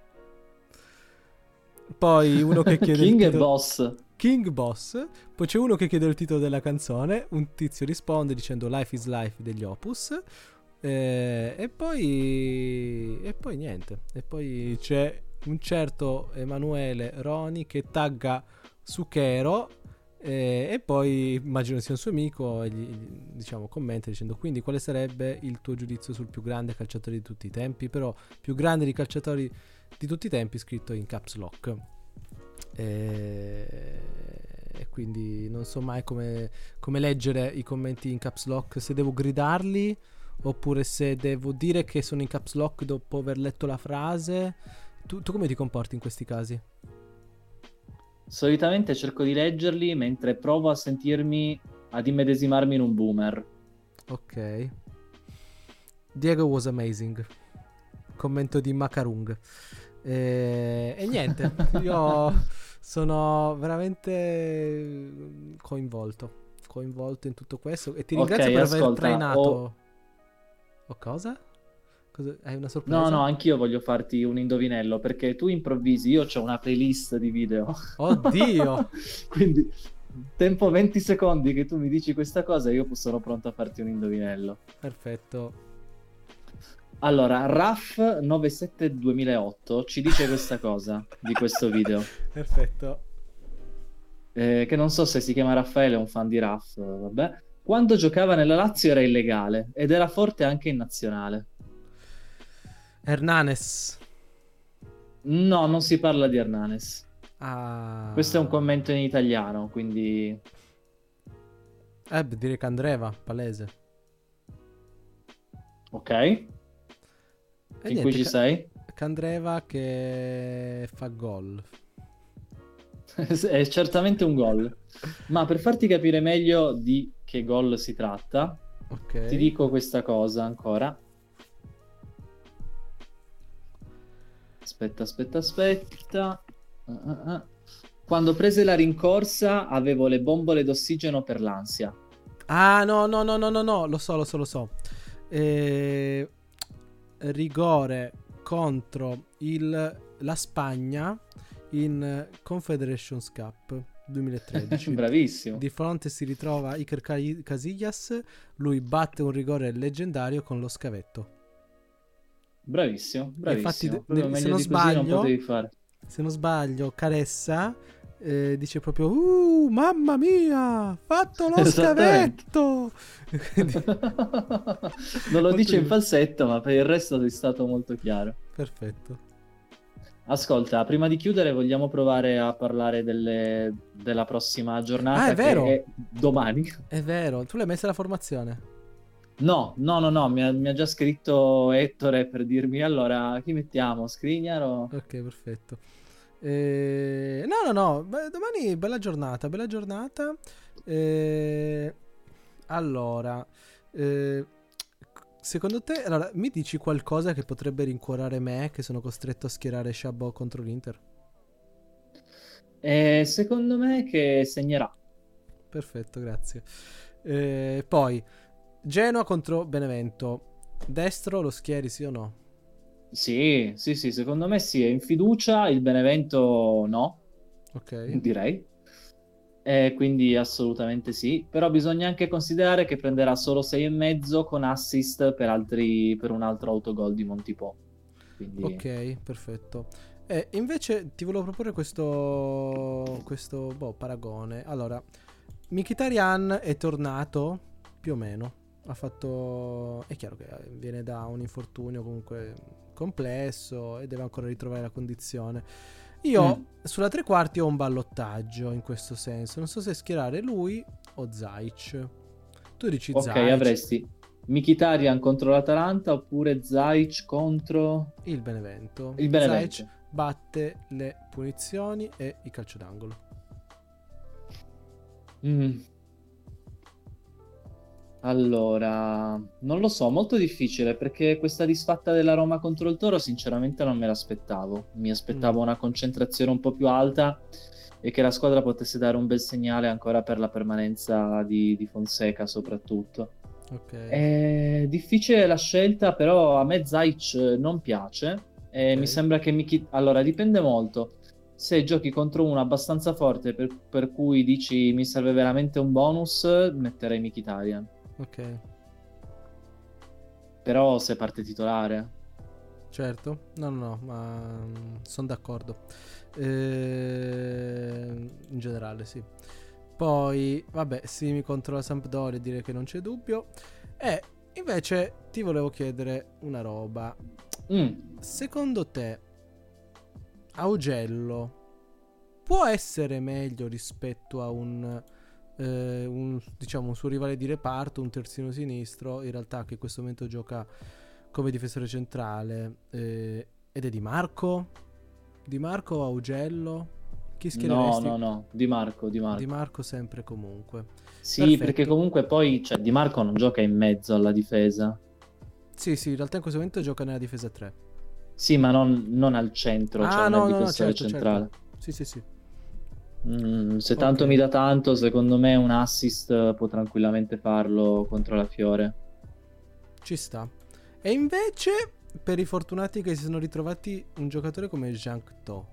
Poi uno che chiede King il e titolo boss. King Boss. Poi c'è uno che chiede il titolo della canzone. Un tizio risponde dicendo Life is Life degli Opus. Eh, e poi e poi niente. E poi c'è un certo Emanuele Roni che tagga Suchero. Eh, e poi immagino sia un suo amico e gli, gli- diciamo commenta dicendo quindi quale sarebbe il tuo giudizio sul più grande calciatore di tutti i tempi, però più grande di calciatori di tutti i tempi scritto in caps lock. E, e quindi non so mai come, come leggere i commenti in caps lock, se devo gridarli oppure se devo dire che sono in caps lock dopo aver letto la frase. Tu, tu come ti comporti in questi casi? Solitamente cerco di leggerli mentre provo a sentirmi, ad immedesimarmi in un boomer. Ok. Diego was amazing. Commento di Macarung. E, e niente, io sono veramente coinvolto. Coinvolto in tutto questo. E ti ringrazio Ok, per aver ascolta, trainato. ho... O cosa? Cosa? Hai una No, sorpresa? no, anch'io voglio farti un indovinello perché tu improvvisi, io ho una playlist di video. Oddio! Quindi, tempo venti secondi che tu mi dici questa cosa, io sono pronto a farti un indovinello. Perfetto. Allora, Raf novantasette duemilaotto ci dice questa cosa di questo video, Perfetto. eh, che non so se si chiama Raffaele, è un fan di Raf, vabbè. Quando giocava nella Lazio era illegale ed era forte anche in nazionale. Hernanes. No, non si parla di Hernanes. Ah. Questo è un commento in italiano, quindi... Eh, beh, direi Candreva, palese. Ok, E fin niente, qui ci Ca- sei? Candreva che fa gol. È certamente un gol. Ma per farti capire meglio di che gol si tratta, Ok. ti dico questa cosa ancora. Aspetta, aspetta, aspetta. Ah, ah, ah. Quando prese la rincorsa avevo le bombole d'ossigeno per l'ansia. Ah, no, no, no, no, no, no, lo so, lo so, lo so. Eh, rigore contro il, la Spagna in Confederations Cup duemilatredici. Bravissimo. Di fronte si ritrova Iker Ca- Casillas, lui batte un rigore leggendario con lo scavetto. Bravissimo, E infatti, bravissimo. de- Proprio nel- se meglio non di così non sbaglio, potevi fare. se non sbaglio, Caressa eh, dice proprio uh, mamma mia, fatto lo Esattamente. scavetto. Quindi, Non lo molto dice in divertente. falsetto, ma per il resto è stato molto chiaro. Perfetto. Ascolta, prima di chiudere vogliamo provare a parlare delle- della prossima Ah, è giornata che vero, è domani. è vero, tu l'hai messa la formazione. No, no, no, no, mi ha, mi ha già scritto Ettore per dirmi allora chi mettiamo, Skriniar o... Ok, perfetto. Eh, no, no, no, beh, domani bella giornata, bella giornata. Eh, allora, eh, secondo te, allora, mi dici qualcosa che potrebbe rincuorare me che sono costretto a schierare Chabot contro l'Inter? Eh, secondo me che segnerà. Perfetto, grazie. Eh, poi, Genoa contro Benevento. Destro lo schieri, sì o no? Sì, sì, sì, secondo me sì, è in fiducia, il Benevento no, Ok, direi. Eh, quindi assolutamente sì, però bisogna anche considerare che prenderà solo sei e mezzo con assist per altri, per un altro autogol di Montipò. Quindi ok, perfetto. E invece ti volevo proporre questo, questo boh, paragone. Allora, Mkhitaryan è tornato più o meno. Ha fatto. È chiaro che viene da un infortunio comunque complesso e deve ancora ritrovare la condizione. Io mm, sulla tre quarti ho un ballottaggio in questo senso. Non so se schierare lui o Zaic. Tu dici ok, Zaic, avresti Mkhitaryan contro l'Atalanta oppure Zaic contro il Benevento. il Zaic Benevento. batte le punizioni e i calcio d'angolo. Mm. Allora, non lo so, molto difficile perché questa disfatta della Roma contro il Toro sinceramente non me l'aspettavo. Mi Mm, aspettavo una concentrazione un po' più alta e che la squadra potesse dare un bel segnale ancora per la permanenza di, di Fonseca soprattutto. ok, È difficile la scelta, però a me Zaic non piace e mi ok. sembra che Miki... Allora, dipende molto. Se giochi contro uno abbastanza forte per, per cui dici mi serve veramente un bonus, metterei Mkhitaryan. Ok, Però se parte titolare. certo. No, no, no, ma sono d'accordo. Eh, in generale, sì. Poi, vabbè, Simi contro la Sampdoria, direi che non c'è dubbio. E invece ti volevo chiedere una roba. Mm, Secondo te, Augello può essere meglio rispetto a un, eh, un, diciamo, un suo rivale di reparto, un terzino sinistro, in realtà che in questo momento gioca come difensore centrale, eh, ed è Di Marco? Di Marco o Augello? Chi no, schiereresti? no, no, Di Marco, Di Di Marco. Marco sempre comunque. Sì, perché Perfetto. comunque poi, cioè, Di Marco non gioca in mezzo alla difesa. Sì, sì, in realtà in questo momento gioca nella difesa tre. Sì, ma non, non al centro, cioè Ah, non è il no, no, no, difensore certo, certo. centrale. Sì, sì, sì. Mm, se Ok, tanto mi dà tanto, secondo me un assist può tranquillamente farlo contro la Fiore. ci sta. E invece, per i fortunati che si sono ritrovati un giocatore come Jean To,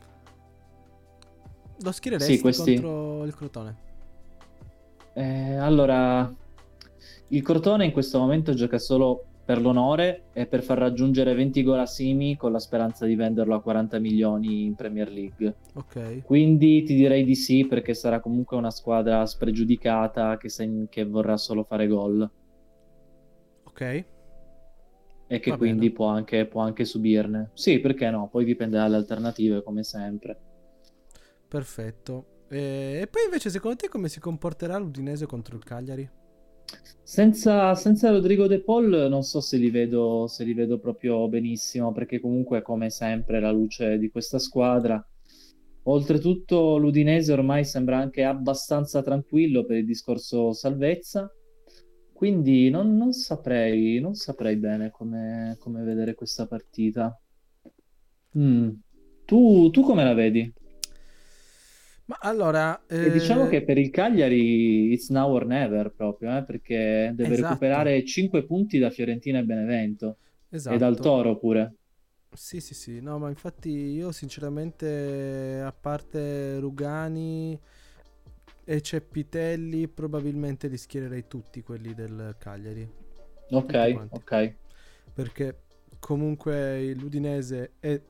lo Sì, schiereresti questi. contro il Crotone? Eh, allora, il Crotone in questo momento gioca solo per l'onore e per far raggiungere venti gol a Simi con la speranza di venderlo a quaranta milioni in Premier League. Ok, Quindi ti direi di sì perché sarà comunque una squadra spregiudicata che, se- che vorrà solo fare gol ok, e che va bene. quindi può anche, può anche subirne. Sì, perché no? Poi dipende dalle alternative come sempre. Perfetto. E, e poi invece secondo te come si comporterà l'Udinese contro il Cagliari? Senza, senza Rodrigo De Paul non so se li vedo, se li vedo proprio benissimo, perché comunque, come sempre, la luce di questa squadra. Oltretutto, l'Udinese ormai sembra anche abbastanza tranquillo per il discorso salvezza, quindi non, non saprei, non saprei bene come, come vedere questa partita. Mm. Tu, tu come la vedi? Ma allora, E diciamo eh, che per il Cagliari it's now or never proprio, eh, perché deve esatto, recuperare cinque punti da Fiorentina e Benevento e dal esatto. Toro pure. Sì, sì, sì, no, ma infatti io sinceramente, a parte Rugani e Ceppitelli, probabilmente li schiererei tutti quelli del Cagliari. Ok, Tutti quanti. ok. Perché comunque l'Udinese è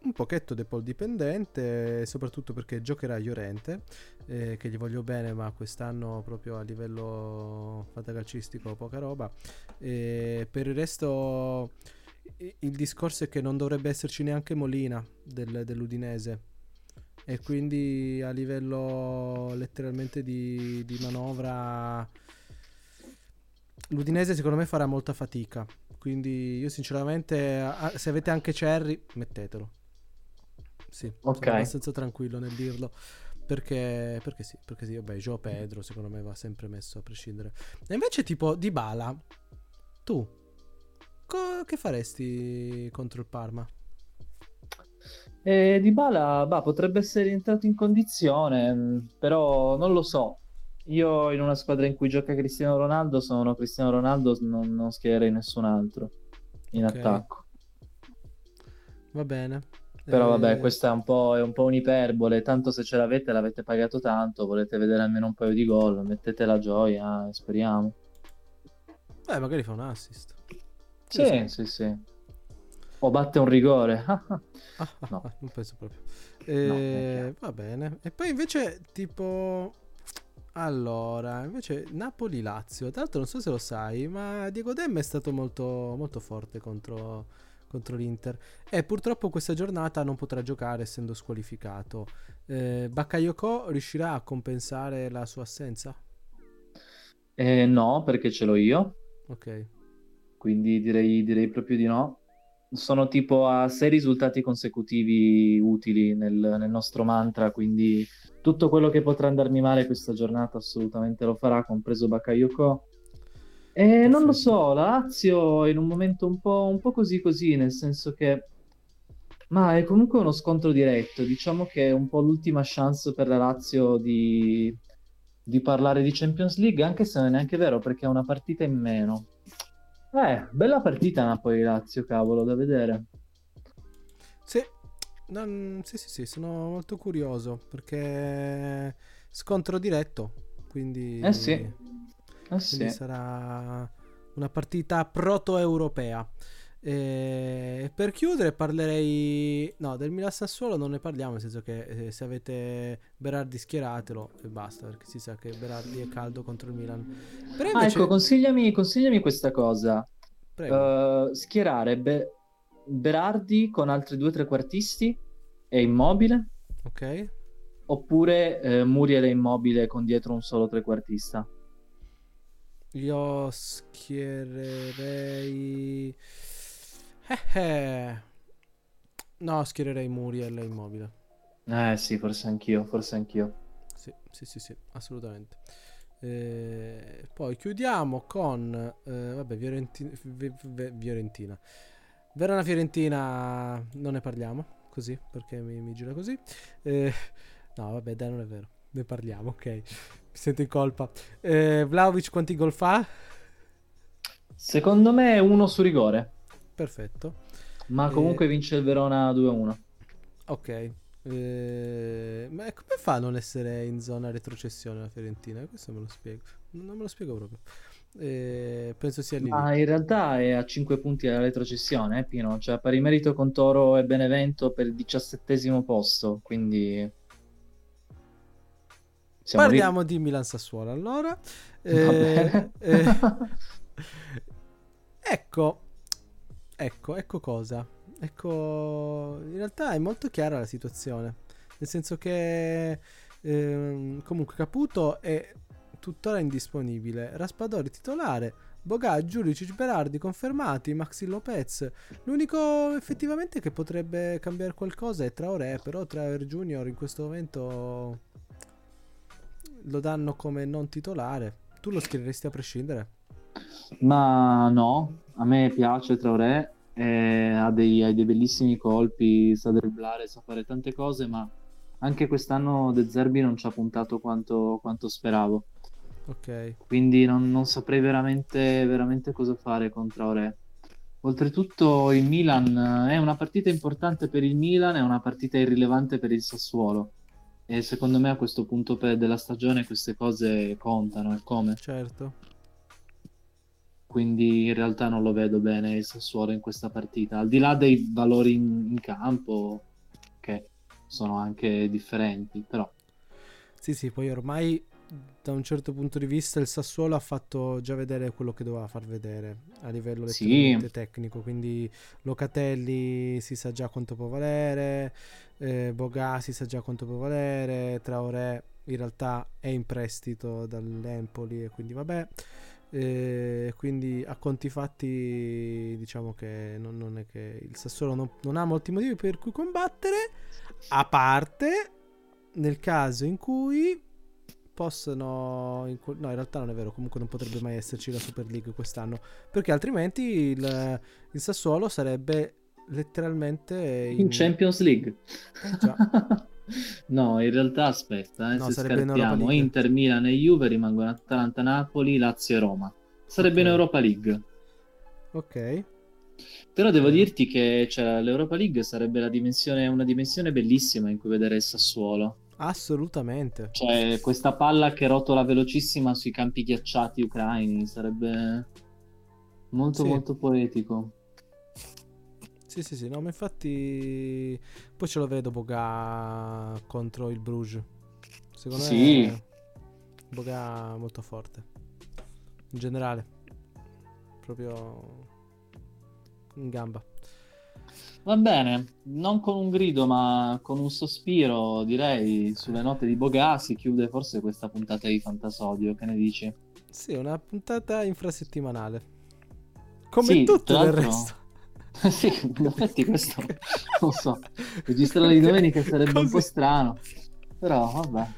un pochetto Depol dipendente, soprattutto perché giocherà Llorente, eh, che gli voglio bene, ma quest'anno proprio a livello fantacalcistico poca roba. E per il resto i- il discorso è che non dovrebbe esserci neanche Molina del- dell'Udinese, e quindi a livello letteralmente di, di manovra l'Udinese secondo me farà molta fatica. Quindi io sinceramente, a- se avete anche Cerri, mettetelo. Sì, Ok. sono abbastanza tranquillo nel dirlo. Perché, perché sì, perché sì, vabbè, Joao Pedro secondo me va sempre messo a prescindere. E invece tipo Dybala, tu co- che faresti contro il Parma? E Dybala, bah, potrebbe essere entrato in condizione, mh, però non lo so. Io in una squadra in cui gioca Cristiano Ronaldo sono Cristiano Ronaldo, non, non schiererei nessun altro in Ok, attacco. va bene. Però vabbè, Eh, questa è un po', è un po' un'iperbole, tanto se ce l'avete l'avete pagato tanto, volete vedere almeno un paio di gol, mettete la gioia, eh, speriamo. beh, magari fa un assist. Chi lo sa? Sì, sì, sì. O batte un rigore. Ah, ah, No, ah, non penso proprio. no, neanche. Eh, va bene. E poi invece, tipo. Allora, invece Napoli-Lazio. Tra l'altro, non so se lo sai, ma Diego Demme è stato molto, molto forte contro, contro l'Inter. E purtroppo questa giornata non potrà giocare essendo squalificato. Eh, Bakayoko riuscirà a compensare la sua assenza? Eh, no, perché ce l'ho io, Ok, quindi direi, direi proprio di no. Sono tipo a sei risultati consecutivi utili nel, nel nostro mantra, quindi tutto quello che potrà andarmi male questa giornata assolutamente lo farà, compreso Bakayoko. E non lo perfetto. so, la Lazio è in un momento un po', un po' così così, nel senso che, ma è comunque uno scontro diretto. Diciamo che è un po' l'ultima chance per la Lazio di, di parlare di Champions League, anche se non è neanche vero, perché è una partita in meno. Eh, bella partita Napoli-Lazio, cavolo, da vedere. Sì, non- sì, sì, sì, sono molto curioso perché scontro diretto, Eh sì, quindi, eh quindi sì. sarà una partita proto-europea. E per chiudere parlerei, no, del Milan Sassuolo non ne parliamo, nel senso che eh, se avete Berardi schieratelo e basta, perché si sa che Berardi è caldo contro il Milan. Però Ah, ecco, invece, consigliami, consigliami questa cosa. prego, Eh, schierare Be- Berardi con altri due trequartisti e Immobile, ok? oppure eh, Muriel e Immobile con dietro un solo trequartista. Io schiererei... Eh, eh. No, schiererei Muriel e Immobile. Eh sì, forse anch'io, forse anch'io. Sì, sì, sì, sì, assolutamente. Eh, poi chiudiamo con... eh, vabbè, Fiorentina... Fiorentina. Verona Fiorentina non ne parliamo, così, perché mi, mi gira così. Eh, no, vabbè, dai, non è vero. Ne parliamo, ok. Mi sento in colpa. Eh, Vlaovic quanti gol fa? Secondo me uno su rigore, Perfetto. ma Eh, comunque vince il Verona due a uno. ok. Eh, ma come fa a non essere in zona retrocessione la Fiorentina? Questo me lo spiego. Non me lo spiego proprio. Eh, penso sia lì lì. Ma in realtà è a cinque punti dalla retrocessione, eh, Pino? Cioè, pari merito con Toro e Benevento per il diciassettesimo posto, quindi siamo lì. Parliamo di Milan Sassuolo allora. Va Eh, bene. eh, ecco, ecco, ecco cosa. Ecco, in realtà è molto chiara la situazione. Nel senso che ehm, comunque Caputo è tuttora indisponibile. Raspadori titolare. Boga, Giulicic, Berardi confermati. Maxi Lopez. L'unico effettivamente che potrebbe cambiare qualcosa è Traoré. Però Traoré Junior in questo momento lo danno come non titolare. Tu lo schiereresti a prescindere? Ma no, a me piace Traoré, eh, ha dei, ha dei bellissimi colpi, sa dribblare, sa fare tante cose, ma anche quest'anno De Zerbi non ci ha puntato quanto, quanto speravo. Ok, Quindi non, non saprei veramente, veramente cosa fare con Traoré. Oltretutto il Milan eh, è una partita importante per il Milan, è una partita irrilevante per il Sassuolo. E secondo me a questo punto pe- della stagione queste cose contano, e come? certo. Quindi in realtà non lo vedo bene il Sassuolo in questa partita. Al di là dei valori in, in campo, sono anche differenti, però Sì, sì, poi ormai da un certo punto di vista il Sassuolo ha fatto già vedere quello che doveva far vedere a livello sì, letteralmente tecnico, quindi Locatelli si sa già quanto può valere, eh, Boga si sa già quanto può valere, Traoré in realtà è in prestito dall'Empoli e quindi vabbè, eh, quindi a conti fatti diciamo che non, non è che il Sassuolo non, non ha molti motivi per cui combattere, a parte nel caso in cui possono in cu- no, in realtà non è vero, comunque non potrebbe mai esserci la Super League quest'anno, perché altrimenti il, il Sassuolo sarebbe letteralmente in in Champions League. eh già, No, in realtà aspetta, eh, no, se sarebbe in Europa scartiamo League. Inter, Milan e Juve rimangono Atalanta, Napoli, Lazio e Roma. Sarebbe in Ok, Europa League. ok, Però devo vero, dirti che cioè, l'Europa League sarebbe la dimensione, una dimensione bellissima in cui vedere il Sassuolo. assolutamente. Cioè, questa palla che rotola velocissima sui campi ghiacciati ucraini sarebbe molto Sì, molto poetico. sì, sì, sì, no, ma infatti poi ce lo vedo Boga contro il Bruges. Secondo Sì, me Boga molto forte. In generale, proprio in gamba. va bene, non con un grido, ma con un sospiro, direi, sulle note di Bogà si chiude forse questa puntata di Fantasodio, che ne dici? Sì, una puntata infrasettimanale. Come Sì, tutto tra del resto. l'altro, sì, in effetti questo, non lo so, registrare di domenica sarebbe un po' Così. strano, però vabbè.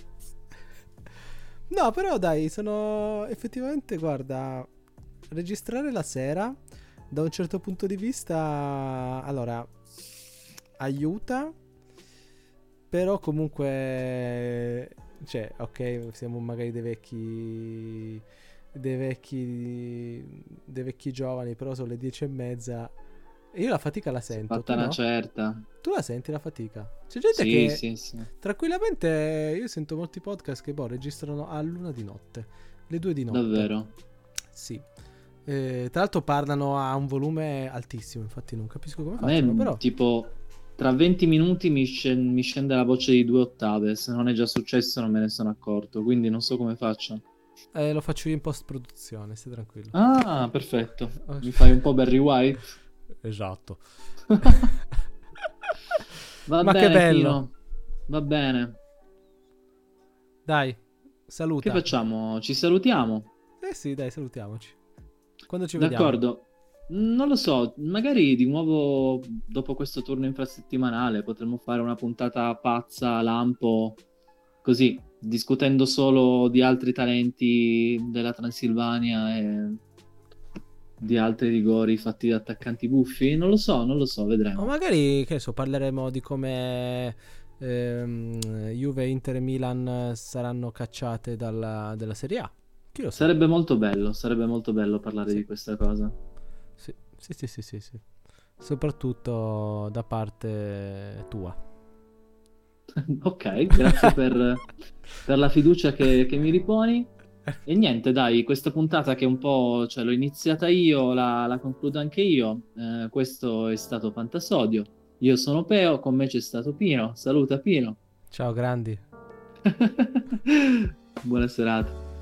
No, però dai, sono effettivamente, guarda, registrare la sera da un certo punto di vista, allora, aiuta, però comunque, cioè, ok, siamo magari dei vecchi, dei vecchi, dei vecchi giovani, però sono le dieci e mezza. E io la fatica la Si è sento, fatta tu una no? certa. Tu la senti la fatica? C'è gente Sì, che sì, sì, tranquillamente, io sento molti podcast che boh, registrano all'una di notte, le due di notte. davvero. Sì. Eh, tra l'altro parlano a un volume altissimo, infatti non capisco come A facciano, me, però tipo, tra venti minuti mi, scen- mi scende la voce di due ottave. Se non è già successo, non me ne sono accorto. Quindi non so come faccio. eh, lo faccio io in post produzione, stai tranquillo. Ah, perfetto. Mi fai un po' Barry White? Esatto. Va Ma che bene, bello. Pino. Va bene. Dai, Che saluta. facciamo? Ci salutiamo. Eh sì, dai, salutiamoci. Quando ci vediamo? D'accordo. Non lo so, magari di nuovo dopo questo turno infrasettimanale potremmo fare una puntata pazza, lampo, così, discutendo solo di altri talenti della Transilvania e di altri rigori fatti da attaccanti buffi. Non lo so, non lo so, O vedremo. magari, che ne so, parleremo di come ehm, Juve, Inter e Milan saranno cacciate dalla, dalla Serie A. Chi lo sa? Sarebbe molto bello, sarebbe molto bello parlare Sì, di questa cosa. sì, sì, sì, sì, sì, sì. Soprattutto da parte tua. Ok, grazie per, per la fiducia che, che mi riponi. E niente, dai, questa puntata che un po', cioè, l'ho iniziata io, la, la concludo anche io. Eh, questo è stato Fantasodio. Io sono Peo, con me c'è stato Pino. Saluta Pino. Ciao, grandi. Buona serata.